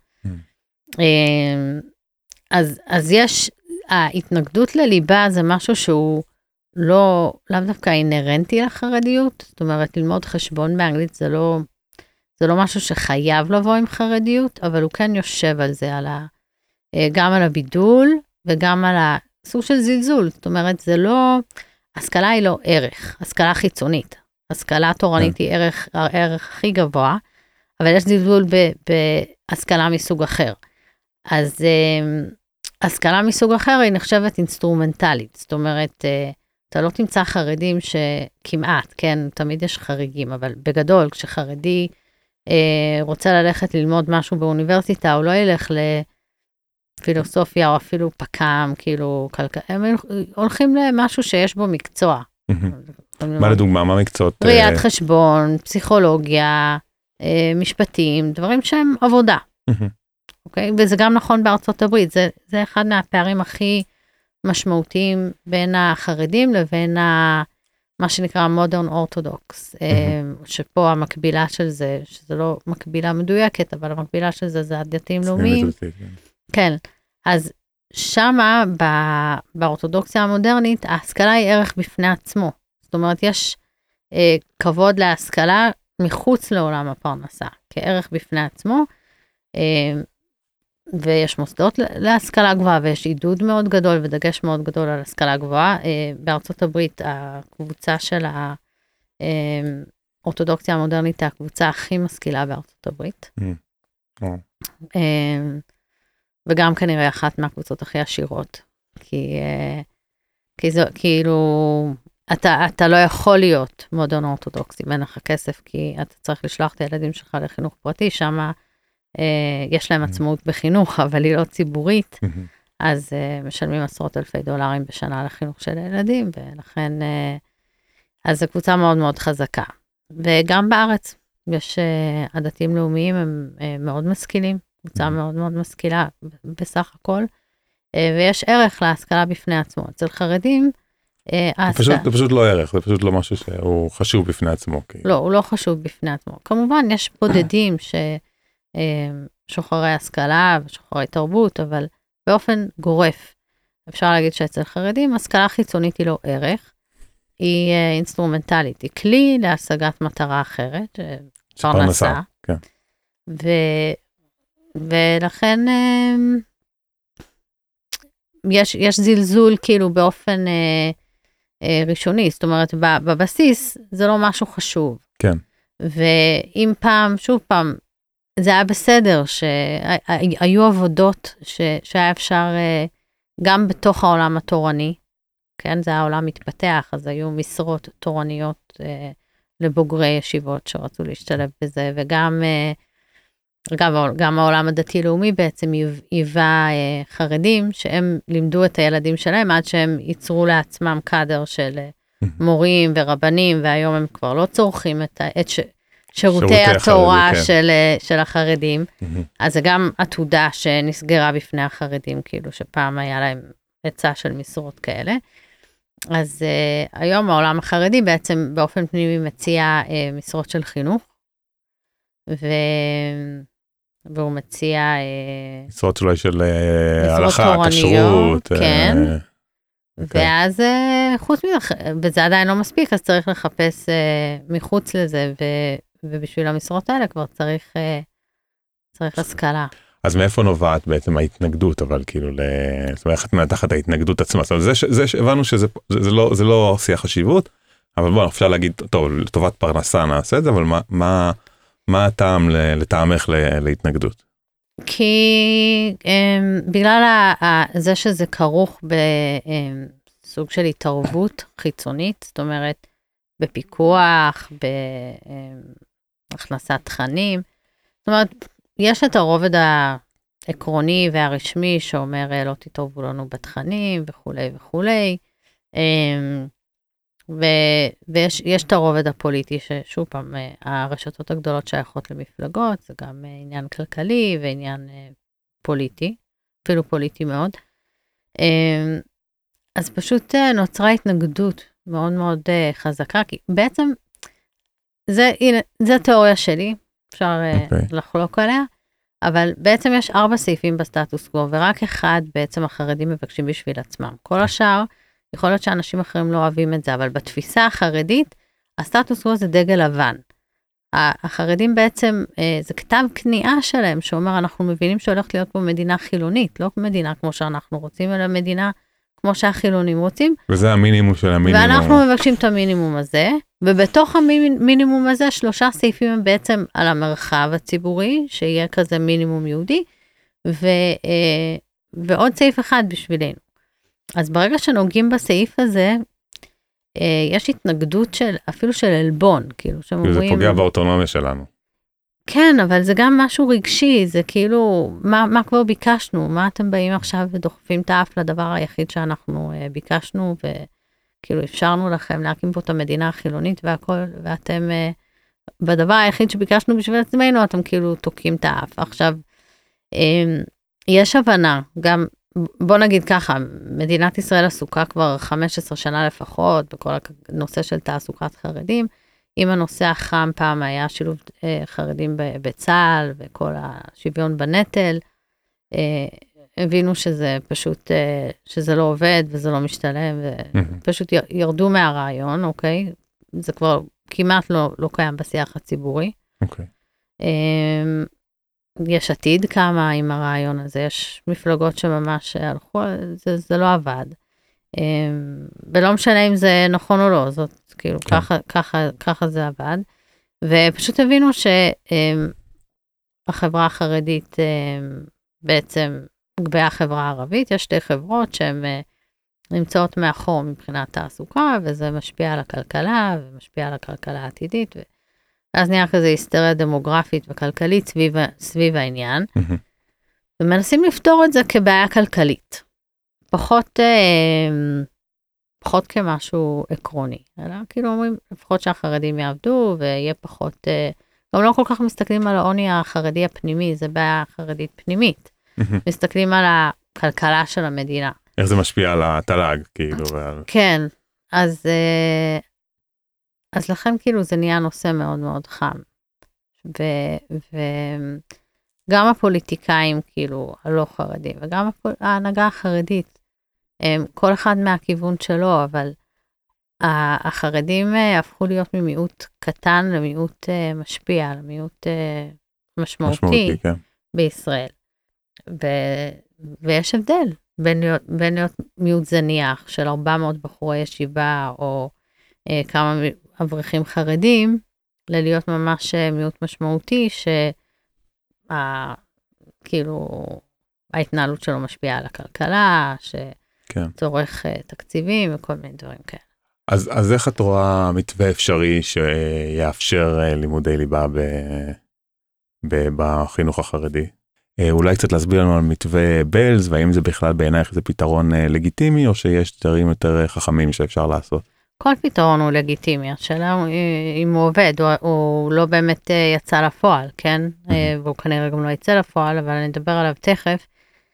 Speaker 2: אה, אז, אז יש, ההתנגדות לליבה זה משהו שהוא לא, לאו דווקא אינרנטי לחרדיות, זאת אומרת, ללמוד חשבון באנגלית זה לא, זה לא משהו שחייב לבוא עם חרדיות, אבל הוא כן יושב על זה, על ה, אה, גם על הבידול, וגם על הסוג של זלזול, זאת אומרת, זה לא, השכלה היא לא ערך, השכלה חיצונית, השכלה תורנית היא ערך, הערך הכי גבוה, אבל יש זלזול בהשכלה מסוג אחר. אז השכלה מסוג אחר היא נחשבת אינסטרומנטלית, זאת אומרת, אתה לא תמצא חרדים שכמעט, כן, תמיד יש חריגים, אבל בגדול, כשחרדי רוצה ללכת ללמוד משהו באוניברסיטה, הוא לא ילך ל... פילוסופיה או אפילו פקם, כאילו, הם הולכים למשהו שיש בו מקצוע.
Speaker 1: מה לדוגמה, מה מקצועות?
Speaker 2: ראיית חשבון, פסיכולוגיה, משפטים, דברים שהם עבודה. אוקיי? וזה גם נכון בארצות הברית, זה, זה אחד מהפערים הכי משמעותיים בין החרדים לבין ה, מה שנקרא מודרן אורתודוקס, שפה המקבילה של זה, שזה לא מקבילה מדויקת, אבל המקבילה של זה זה הדתיים לאומיים. כן, אז שמה באורתודוקסיה המודרנית, ההשכלה היא ערך בפני עצמו. זאת אומרת, יש אה, כבוד להשכלה מחוץ לעולם הפרנסה, כערך בפני עצמו, אה, ויש מוסדות להשכלה גבוהה, ויש עידוד מאוד גדול ודגש מאוד גדול על השכלה גבוהה. אה, בארצות הברית, הקבוצה של האורתודוקסיה המודרנית, היא הקבוצה הכי משכילה בארצות הברית. Mm. Oh. אה, וגם כנראה אחת מהקבוצות הכי עשירות, כי, כי זה, כאילו, אתה, אתה לא יכול להיות מודרן אורתודוקסי, ואין לך כסף, כי אתה צריך לשלוח את הילדים שלך לחינוך פרטי, שם אה, יש להם עצמאות בחינוך, אבל היא לא ציבורית, אז אה, משלמים עשרות אלפי דולרים בשנה לחינוך של הילדים, ולכן, אה, אז זו קבוצה מאוד מאוד חזקה. וגם בארץ, יש אה, הדתיים לאומיים, הם אה, מאוד משכילים, קבוצה מאוד מאוד משכילה בסך הכל, ויש ערך להשכלה בפני עצמו. אצל חרדים,
Speaker 1: זה פשוט לא ערך, זה פשוט לא משהו שהוא חשוב בפני עצמו.
Speaker 2: לא, הוא לא חשוב בפני עצמו. כמובן, יש בודדים ששוחרי השכלה ושוחרי תרבות, אבל באופן גורף, אפשר להגיד שאצל חרדים, השכלה חיצונית היא לא ערך, היא אינסטרומנטלית, היא כלי להשגת מטרה אחרת, פרנסה.
Speaker 1: כן.
Speaker 2: ו... ולכן יש, יש זלזול כאילו באופן, ראשוני, זאת אומרת, בבסיס זה לא משהו חשוב.
Speaker 1: כן.
Speaker 2: ואם פעם, שוב פעם, זה היה בסדר שהיו עבודות שהיה אפשר גם בתוך העולם התורני, כן, זה העולם מתפתח, אז היו משרות תורניות לבוגרי ישיבות שרצו להשתלב בזה, וגם גם, גם העולם הדתי-לאומי בעצם היווה חרדים, שהם לימדו את הילדים שלהם, עד שהם ייצרו לעצמם קאדר של מורים ורבנים, והיום הם כבר לא צורכים את, את ש, שירותי, שירותי התורה החרדי, של, כן. של החרדים. אז זה גם עתודה שנסגרה בפני החרדים, כאילו שפעם היה להם היצע של משרות כאלה. אז uh, היום העולם החרדי בעצם באופן פנימי מציע uh, משרות של חינוך, ו... והוא מציע... Uh,
Speaker 1: משרות אולי של הלכה, כשרות.
Speaker 2: כן. Uh, okay. ואז uh, חוץ מזה, וזה עדיין לא מספיק, אז צריך לחפש uh, מחוץ לזה, ו... ובשביל המשרות האלה כבר צריך, uh, צריך השכלה.
Speaker 1: אז מאיפה נובעת בעצם ההתנגדות, אבל כאילו, זאת אומרת, איך תחת ההתנגדות עצמה, זאת אומרת, זה שהבנו שזה זה לא, זה לא שיח חשיבות, אבל בואו, אפשר להגיד, טוב, לטובת פרנסה נעשה את זה, אבל מה, מה, מה הטעם לטעמך להתנגדות?
Speaker 2: כי בגלל זה שזה כרוך בסוג של התערבות חיצונית, זאת אומרת, בפיקוח, בהכנסת תכנים, זאת אומרת, יש את הרובד העקרוני והרשמי שאומר לא תתערבו לנו בתכנים וכו' וכו'. ויש את הרובד הפוליטי ששוב פעם, הרשתות הגדולות שייכות למפלגות, זה גם עניין כלכלי ועניין פוליטי, אפילו פוליטי מאוד. אז פשוט נוצרה התנגדות מאוד מאוד חזקה, כי בעצם זה, זה התיאוריה שלי, אפשר okay. לחלוק עליה, אבל בעצם יש ארבע סעיפים בסטטוס קוו, ורק אחד בעצם החרדים מבקשים בשביל עצמם. כל השאר, יכול להיות שאנשים אחרים לא אוהבים את זה, אבל בתפיסה החרדית, הסטטוס קוו זה דגל לבן. החרדים בעצם, זה כתב כניעה שלהם, שאומר, אנחנו מבינים שהולכת להיות פה מדינה חילונית, לא מדינה כמו שאנחנו רוצים, אלא מדינה כמו שהחילונים רוצים.
Speaker 1: וזה המינימום של המינימום.
Speaker 2: ואנחנו מבקשים את המינימום הזה, ובתוך המינימום הזה, שלושה סעיפים הם בעצם על המרחב הציבורי, שיהיה כזה מינימום יהודי, ו, ועוד סעיף אחד בשבילנו. אז ברגע שנוגעים בסעיף הזה, יש התנגדות של, אפילו של אלבון, כאילו
Speaker 1: שאומרים... זה פוגע באוטונומיה שלנו.
Speaker 2: כן, אבל זה גם משהו רגשי, זה כאילו, מה, מה כבר ביקשנו? מה אתם באים עכשיו ודוחפים את האף לדבר היחיד שאנחנו uh, ביקשנו, וכאילו אפשרנו לכם להקים פה את המדינה החילונית והכל, ואתם, uh, בדבר היחיד שביקשנו בשביל עצמנו, אתם כאילו תוקים את האף. עכשיו, um, יש הבנה, גם, בוא נגיד ככה, מדינת ישראל עסוקה כבר חמש עשרה שנה לפחות, בכל הנושא של תעסוקת חרדים, אם הנושא החם פעם היה שילוב אה, חרדים בצה"ל, וכל השוויון בנטל, אה, הבינו שזה פשוט, אה, שזה לא עובד, וזה לא משתלם, ופשוט ירדו מהרעיון, אוקיי? זה כבר כמעט לא, לא קיים בשיח הציבורי.
Speaker 1: אוקיי.
Speaker 2: אה, יש עתיד כמה עם הרעיון הזה, יש מפלגות שממש הלכו, זה, זה לא עבד. אה, ולא משנה אם זה נכון או לא, זאת כאילו, כן. ככה, ככה, ככה זה עבד, ופשוט הבינו שהחברה החרדית בעצם גביה החברה הערבית, יש שתי חברות שהן נמצאות מאחור מבחינת תעסוקה, וזה משפיע על הכלכלה, ומשפיע על הכלכלה העתידית, ואז נהיה כזה היסטריה דמוגרפית וכלכלית סביב, סביב העניין, ומנסים לפתור את זה כבעיה כלכלית. פחות... פחות כמשהו עקרוני, אלא כאילו אומרים, לפחות שהחרדים יעבדו, ויהיה פחות, גם לא כל כך מסתכלים על העוני החרדי הפנימי, זה בעיה חרדית פנימית, מסתכלים על הכלכלה של המדינה.
Speaker 1: איך זה משפיע על התל"ג, כאילו? ועל...
Speaker 2: כן, אז, אז לכן כאילו זה נהיה נושא מאוד מאוד חם, ו, וגם הפוליטיקאים כאילו הלא חרדים, וגם ההנהגה החרדית, כל אחד מהכיוון שלו, אבל החרדים הפכו להיות ממיעוט קטן למיעוט משפיע, למיעוט משמעותי, משמעותי כן. בישראל. ו... ויש הבדל, בין להיות, בין להיות מיעוט זניח של ארבע מאות בחורי ישיבה, או אה, כמה אברכים חרדים, ללהיות ממש מיעוט משמעותי, שה, כאילו, ההתנהלות שלו משפיעה על הכלכלה, שצורך כן. תקציבים וכל מיני דברים כאלה.
Speaker 1: אז, אז איך את רואה מתווה אפשרי שיאפשר לימודי ליבה ב, ב, בחינוך החרדי? אולי קצת להסביר לנו על מתווה בלז, והאם זה בכלל בעינייך זה פתרון לגיטימי, או שיש דברים יותר חכמים שאפשר לעשות?
Speaker 2: כל פתרון הוא לגיטימי, השאלה אם הוא עובד, הוא, הוא לא באמת יצא לפועל, כן? Mm-hmm. והוא כנראה גם לא יצא לפועל, אבל אני אדבר עליו תכף.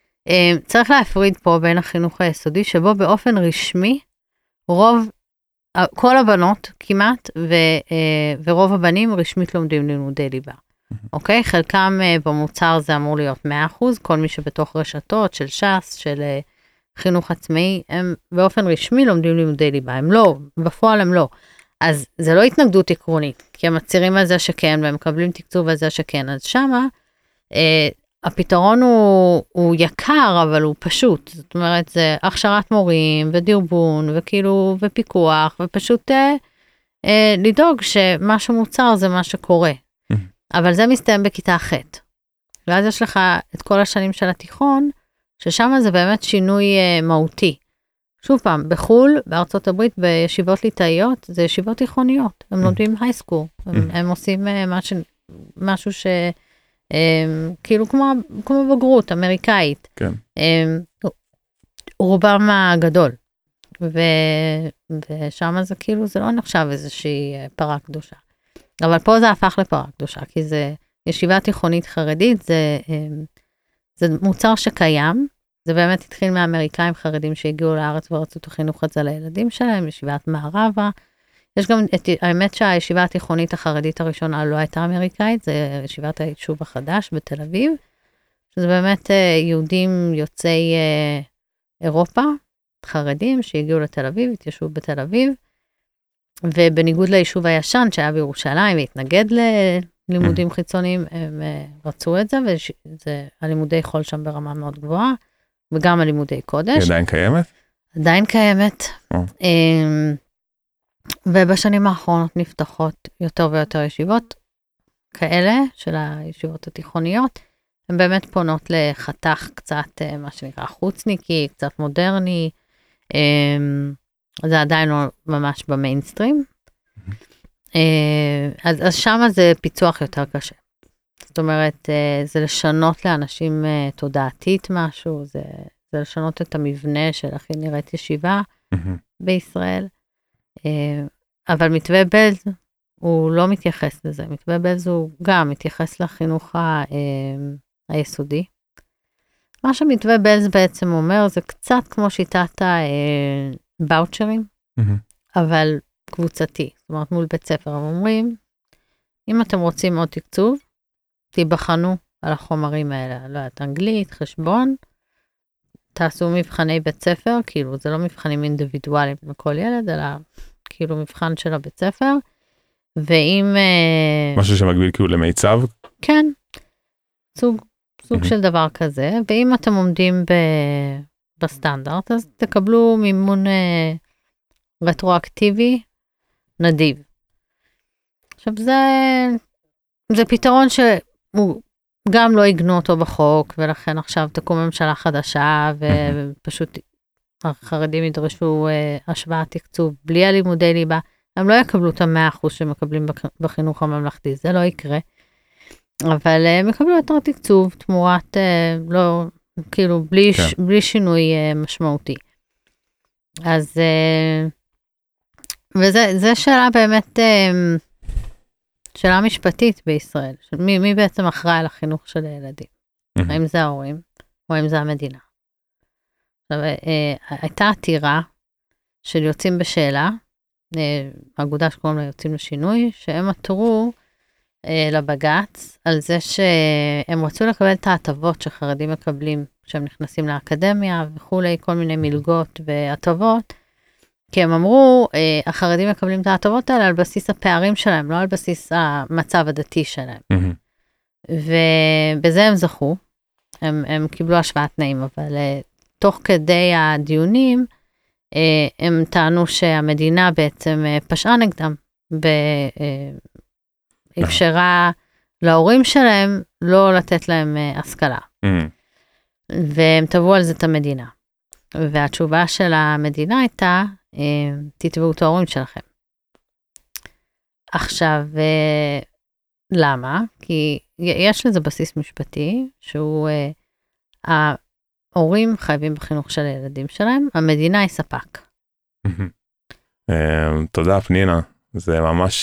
Speaker 2: צריך להפריד פה בין החינוך היסודי, שבו באופן רשמי, רוב, כל הבנות כמעט, ו, ורוב הבנים רשמית לומדים לימודי ליבה. אוקיי? חלקם במוצר זה אמור להיות מאה אחוז, כל מי שבתוך רשתות של ש"ס, של חינוך עצמאי, הם באופן רשמי לומדים לימודי ליבה, הם לא, בפועל הם לא. אז זה לא התנגדות עקרונית, כי הם מצהירים על זה שכן, והם מקבלים תקצוב על זה שכן, אז שמה, אה, הפתרון הוא, הוא יקר, אבל הוא פשוט, זאת אומרת, זה הכשרת מורים, ודרבון, וכאילו, ופיקוח, ופשוט אה, אה, לדאוג שמה שמוצר זה מה שקורה. אבל זה מסתיים בכיתה ח'. ואז יש לך את כל השנים של התיכון, ששם זה באמת שינוי uh, מהותי. שוב פעם, בחול, בארצות הברית, בישיבות ליטאיות, זה ישיבות תיכוניות. הם לומדים הייסקול. הם, הם עושים uh, משהו, משהו ש... Um, כאילו כמו, כמו בגרות, אמריקאית.
Speaker 1: כן.
Speaker 2: Um, רובם הגדול. ו, ושם זה כאילו, זה לא נחשב איזושהי פרה קדושה. אבל פה זה הפך לפרה קדושה, כי זה ישיבה תיכונית חרדית, זה, זה מוצר שקיים, זה באמת התחיל מהאמריקאים חרדים שהגיעו לארץ ורצו את החינוך הזה לילדים שלהם, ישיבת מערבה. יש גם, את, האמת שהישיבה התיכונית החרדית הראשונה לא הייתה אמריקאית, זה ישיבת היישוב החדש בתל אביב, שזה באמת יהודים יוצאי אירופה, חרדים שהגיעו לתל אביב, התיישבו בתל אביב, ובניגוד ליישוב הישן שהיה בירושלים והתנגד ללימודים חיצוניים, הם רצו את זה, והלימודי חול שם ברמה מאוד גבוהה, וגם הלימודי קודש.
Speaker 1: היא עדיין קיימת?
Speaker 2: עדיין קיימת. ובשנים האחרונות נפתחות יותר ויותר ישיבות כאלה, של הישיבות התיכוניות, הן באמת פונות לחתך קצת, מה שנקרא, חוצניקי, קצת מודרני, זה עדיין לא ממש במיינסטרים. אז, אז שם זה פיצוח יותר קשה. זאת אומרת, זה לשנות לאנשים תודעתית משהו, זה, זה לשנות את המבנה של הכי נראית ישיבה בישראל. אבל מתווה בלז הוא לא מתייחס לזה. מתווה בלז הוא גם מתייחס לחינוך ה, היסודי. מה שמתווה בלז בעצם אומר, זה קצת כמו שיטת הבאוצ'רים, אבל קבוצתי. זאת אומרת, מול בית ספר, הם אומרים, אם אתם רוצים עוד תקצוב, תיבחנו על החומרים האלה. לא יודעת, אנגלית, חשבון, תעשו מבחני בית ספר, כאילו זה לא מבחנים אינדיבידואליים לכל ילד, אלא כאילו מבחן של הבית ספר, ואם...
Speaker 1: משהו שמקביל כאילו למיצב?
Speaker 2: כן, סוג, סוג של דבר כזה, ואם אתם עומדים ב... בסטנדרט, אז תקבלו מימון רטרואקטיבי נדיב. עכשיו זה, זה פתרון שהוא גם לא יגנו אותו בחוק, ולכן עכשיו תקום ממשלה חדשה, ופשוט החרדים ידרשו השוואת תקצוב בלי הלימודי ליבה, הם לא יקבלו את המאה אחוז שמקבלים בחינוך הממלכתי, זה לא יקרה. אבל הם יקבלו יותר תקצוב, תמורת, לא, כאילו, בלי, כן. ש, בלי שינוי משמעותי. אז, וזה, זה שאלה באמת, שאלה משפטית בישראל, של מי, מי בעצם אחראי על החינוך של הילדים? Mm-hmm. האם זה ההורים, או האם זה המדינה? עכשיו, הייתה עתירה של יוצאים בשאלה, האגודה שקוראים לה יוצאים לשינוי, שהם עתרו לבג"ץ על זה שהם רצו לקבל את ההטבות שחרדים מקבלים כשהם נכנסים לאקדמיה וכולי, כל מיני מלגות והטבות, כי הם אמרו, החרדים מקבלים את ההטבות האלה על בסיס הפערים שלהם, לא על בסיס המצב הדתי שלהם. Mm-hmm. ובזה הם זכו, הם, הם קיבלו השוואת תנאים, אבל תוך כדי הדיונים, הם טענו שהמדינה בעצם פשעה נגדם, ואפשרה להורים שלהם לא לתת להם השכלה. והם תבעו על זה את המדינה. והתשובה של המדינה הייתה, תתבעו את ההורים שלכם. עכשיו, למה? כי יש לזה בסיס משפטי, שהוא, ההורים חייבים בחינוך של הילדים שלהם, המדינה היא ספק.
Speaker 1: תודה פנינה, זה ממש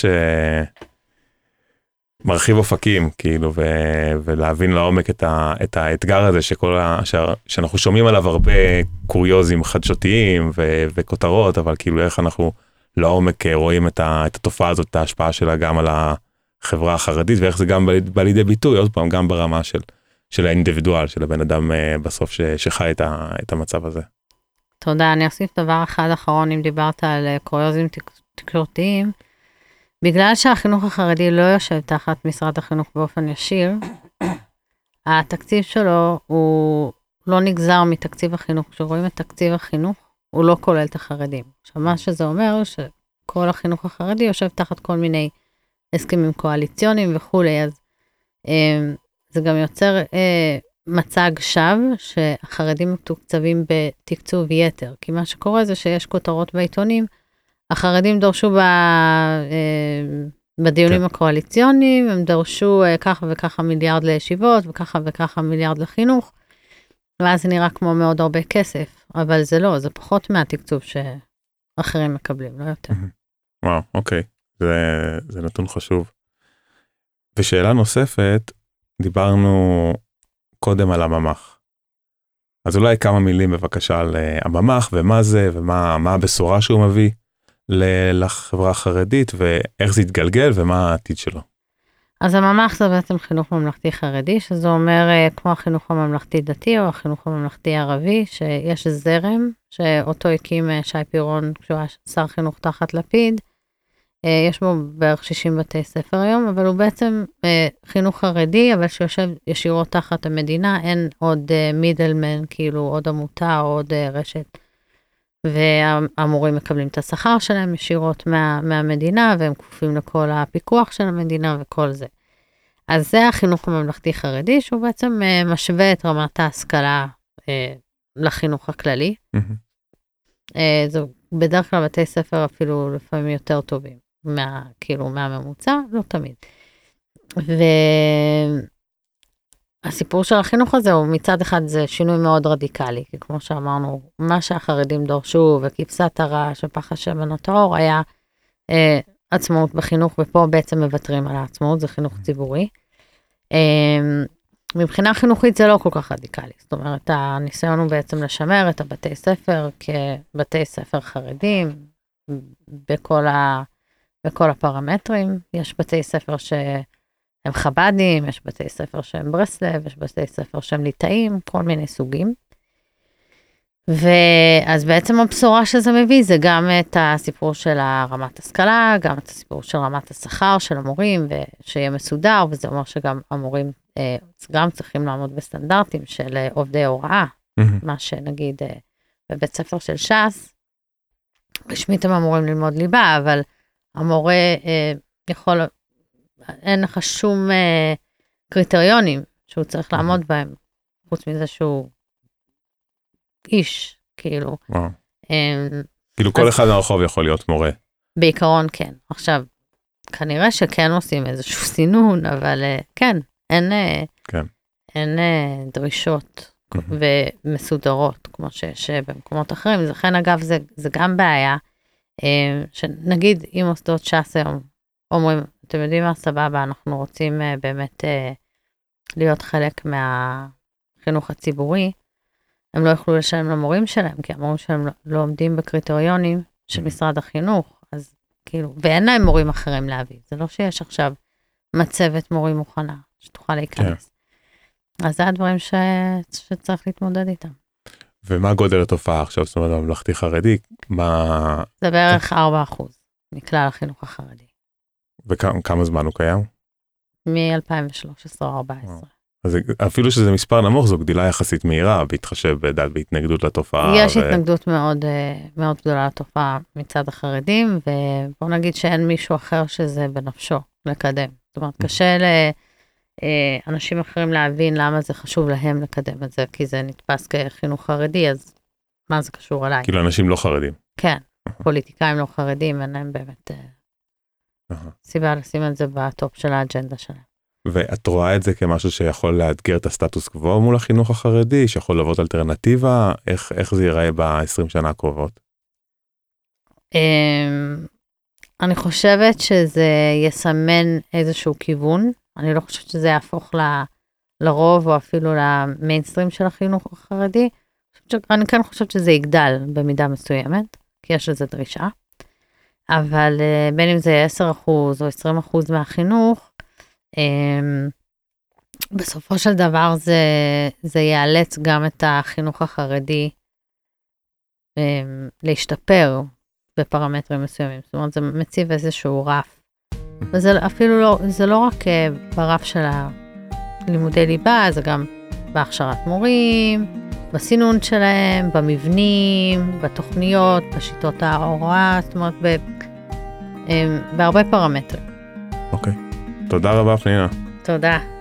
Speaker 1: מרחיב אופקים, כאילו, ולהבין לעומק את האתגר הזה, שאנחנו שומעים עליו הרבה קוריוזים חדשותיים וכותרות, אבל כאילו איך אנחנו לעומק רואים את התופעה הזאת, את ההשפעה שלה גם על החברה החרדית, ואיך זה גם בא לידי ביטוי, עוד פעם, גם ברמה של של האינדיבידואל, של הבן אדם בסוף שחי את המצב הזה.
Speaker 2: תודה, אני אוסיף דבר אחד אחרון, אם דיברת על קוריוזים תקשורתיים, בגלל שהחינוך החרדי לא יושב תחת משרד החינוך באופן ישיר, התקציב שלו הוא לא נגזר מתקציב החינוך, כשרואים את תקציב החינוך, הוא לא כולל את החרדים. עכשיו, מה שזה אומר, שכל החינוך החרדי יושב תחת כל מיני הסכמים קואליציוניים וכולי, אז זה גם יוצר אה, מצג שווא שהחרדים מתוקצבים בתקצוב יתר, כי מה שקורה זה שיש כותרות בעיתונים, החרדים דורשו ב, אה, בדיונים כן. הקואליציוניים, הם דורשו אה, ככה וככה מיליארד לישיבות, וככה וככה מיליארד לחינוך, ואז זה נראה כמו מאוד הרבה כסף, אבל זה לא, זה פחות מהתקצוב שאחרים מקבלים, לא יותר.
Speaker 1: וואו, אוקיי, זה, זה נתון חשוב. ושאלה נוספת, דיברנו קודם על הממ"ח. אז אולי כמה מילים בבקשה על הממ"ח, ומה זה, ומה מה הבשורה שהוא מביא לחברה החרדית, ואיך זה יתגלגל, ומה העתיד שלו.
Speaker 2: אז הממ"ח זה בעצם חינוך ממלכתי חרדי, שזה אומר כמו החינוך הממלכתי דתי, או החינוך הממלכתי ערבי, שיש זרם, שאותו הקים שי פירון, כשהוא היה שר חינוך תחת לפיד, יש בו בערך שישים בתי ספר היום, אבל הוא בעצם חינוך חרדי, אבל שיושב ישירות תחת המדינה, אין עוד מידלמן, כאילו עוד עמותה או עוד רשת, והמורים מקבלים את השכר שלהם ישירות מה, מהמדינה, והם כפופים לכל הפיקוח של המדינה וכל זה. אז זה החינוך הממלכתי חרדי, שהוא בעצם משווה את רמת ההשכלה לחינוך הכללי. זה בדרך כלל בתי ספר אפילו לפעמים יותר טובים. מה, כאילו, מהממוצע, לא תמיד. והסיפור של החינוך הזה הוא מצד אחד זה שינוי מאוד רדיקלי, כי כמו שאמרנו, מה שהחרדים דורשו וכבשת הרש ופח השמן הטהור היה אה, עצמאות בחינוך, ופה בעצם מוותרים על העצמאות, זה חינוך ציבורי. אה, מבחינה חינוכית זה לא כל כך רדיקלי, זאת אומרת, הניסיון הוא בעצם לשמר את הבתי ספר כבתי ספר חרדים, בכל ה... בכל הפרמטרים, יש בתי ספר שהם חב"דים, יש בתי ספר שהם ברסלב, יש בתי ספר שהם ליטאים, כל מיני סוגים. ואז בעצם הבשורה שזה מביא, זה גם את הסיפור של רמת השכלה, גם את הסיפור של רמת השכר של המורים, ושיהיה מסודר, וזה אומר שגם המורים גם צריכים לעמוד בסטנדרטים של עובדי הוראה, מה שנגיד בבית ספר של ש"ס, רשמית הם אמורים ללמוד ליבה, אבל המורה אה, יכול, אין לך שום אה, קריטריונים שהוא צריך לעמוד בהם, חוץ מזה שהוא איש, כאילו.
Speaker 1: וואו. אה, כאילו כל אחד מהרחוב יכול להיות מורה.
Speaker 2: בעיקרון כן. עכשיו, כנראה שכן עושים איזשהו סינון, אבל אה, כן, אין, אה,
Speaker 1: כן.
Speaker 2: אין אה, דרישות mm-hmm. ומסודרות, כמו שיש במקומות אחרים. לכן אגב, זה, זה גם בעיה, שנגיד אם מוסדות ש"ס היום אומרים, אתם יודעים מה סבבה, אנחנו רוצים באמת להיות חלק מהחינוך הציבורי, הם לא יוכלו לשלם למורים שלהם, כי המורים שלהם לא עומדים בקריטריונים של משרד החינוך, אז כאילו, ואין להם מורים אחרים להביא, זה לא שיש עכשיו מצבת מורים מוכנה, שתוכל להיכנס. אז זה הדברים ש... שצריך להתמודד איתם. ומה
Speaker 1: גודל התופעה עכשיו, זאת אומרת, הממלכתי חרדי, מה...
Speaker 2: זה בערך ארבעה אחוז מכלל החינוך החרדי.
Speaker 1: וכמה זמן הוא קיים?
Speaker 2: מ-אלפיים ושלוש עשרה ארבע עשרה.
Speaker 1: אז אפילו שזה מספר נמוך, זו גדילה יחסית מהירה, בהתחשב בדעת בהתנגדות לתופעה.
Speaker 2: יש
Speaker 1: ו...
Speaker 2: התנגדות מאוד, מאוד גדולה לתופעה מצד החרדים, ובוא נגיד שאין מישהו אחר שזה בנפשו לקדם. זאת אומרת, קשה לאנשים אחרים להבין למה זה חשוב להם לקדם את זה, כי זה נתפס כחינוך חרדי, אז מה זה קשור אליי?
Speaker 1: כאילו אנשים לא חרדים.
Speaker 2: כן, פוליטיקאים לא חרדים, אין להם באמת סיבה לשים את זה בטופ של האג'נדה שלהם.
Speaker 1: ואת רואה את זה כמשהו שיכול לאתגר את הסטטוס קוו מול החינוך החרדי, שיכול להוות אלטרנטיבה, איך, איך זה ייראה ב-עשרים שנה הקרובות?
Speaker 2: אני חושבת שזה יסמן איזשהו כיוון, אני לא חושבת שזה יהפוך ל, לרוב או אפילו למיינסטרים של החינוך החרדי, אני כן חושבת שזה יגדל במידה מסוימת, כי יש לזה דרישה, אבל בין אם זה עשרה אחוז או עשרים אחוז מהחינוך, בסופו של דבר זה, זה יאלץ גם את החינוך החרדי להשתפר בפרמטרים מסוימים. זאת אומרת, זה מציב איזשהו רף. וזה אפילו לא, זה לא רק ברף של הלימודי ליבה, זה גם בהכשרת מורים, בסינון שלהם, במבנים, בתוכניות, בשיטות ההוראה, זאת אומרת, ב, בהרבה פרמטרים.
Speaker 1: אוקיי. תודה רבה, פנינה.
Speaker 2: תודה.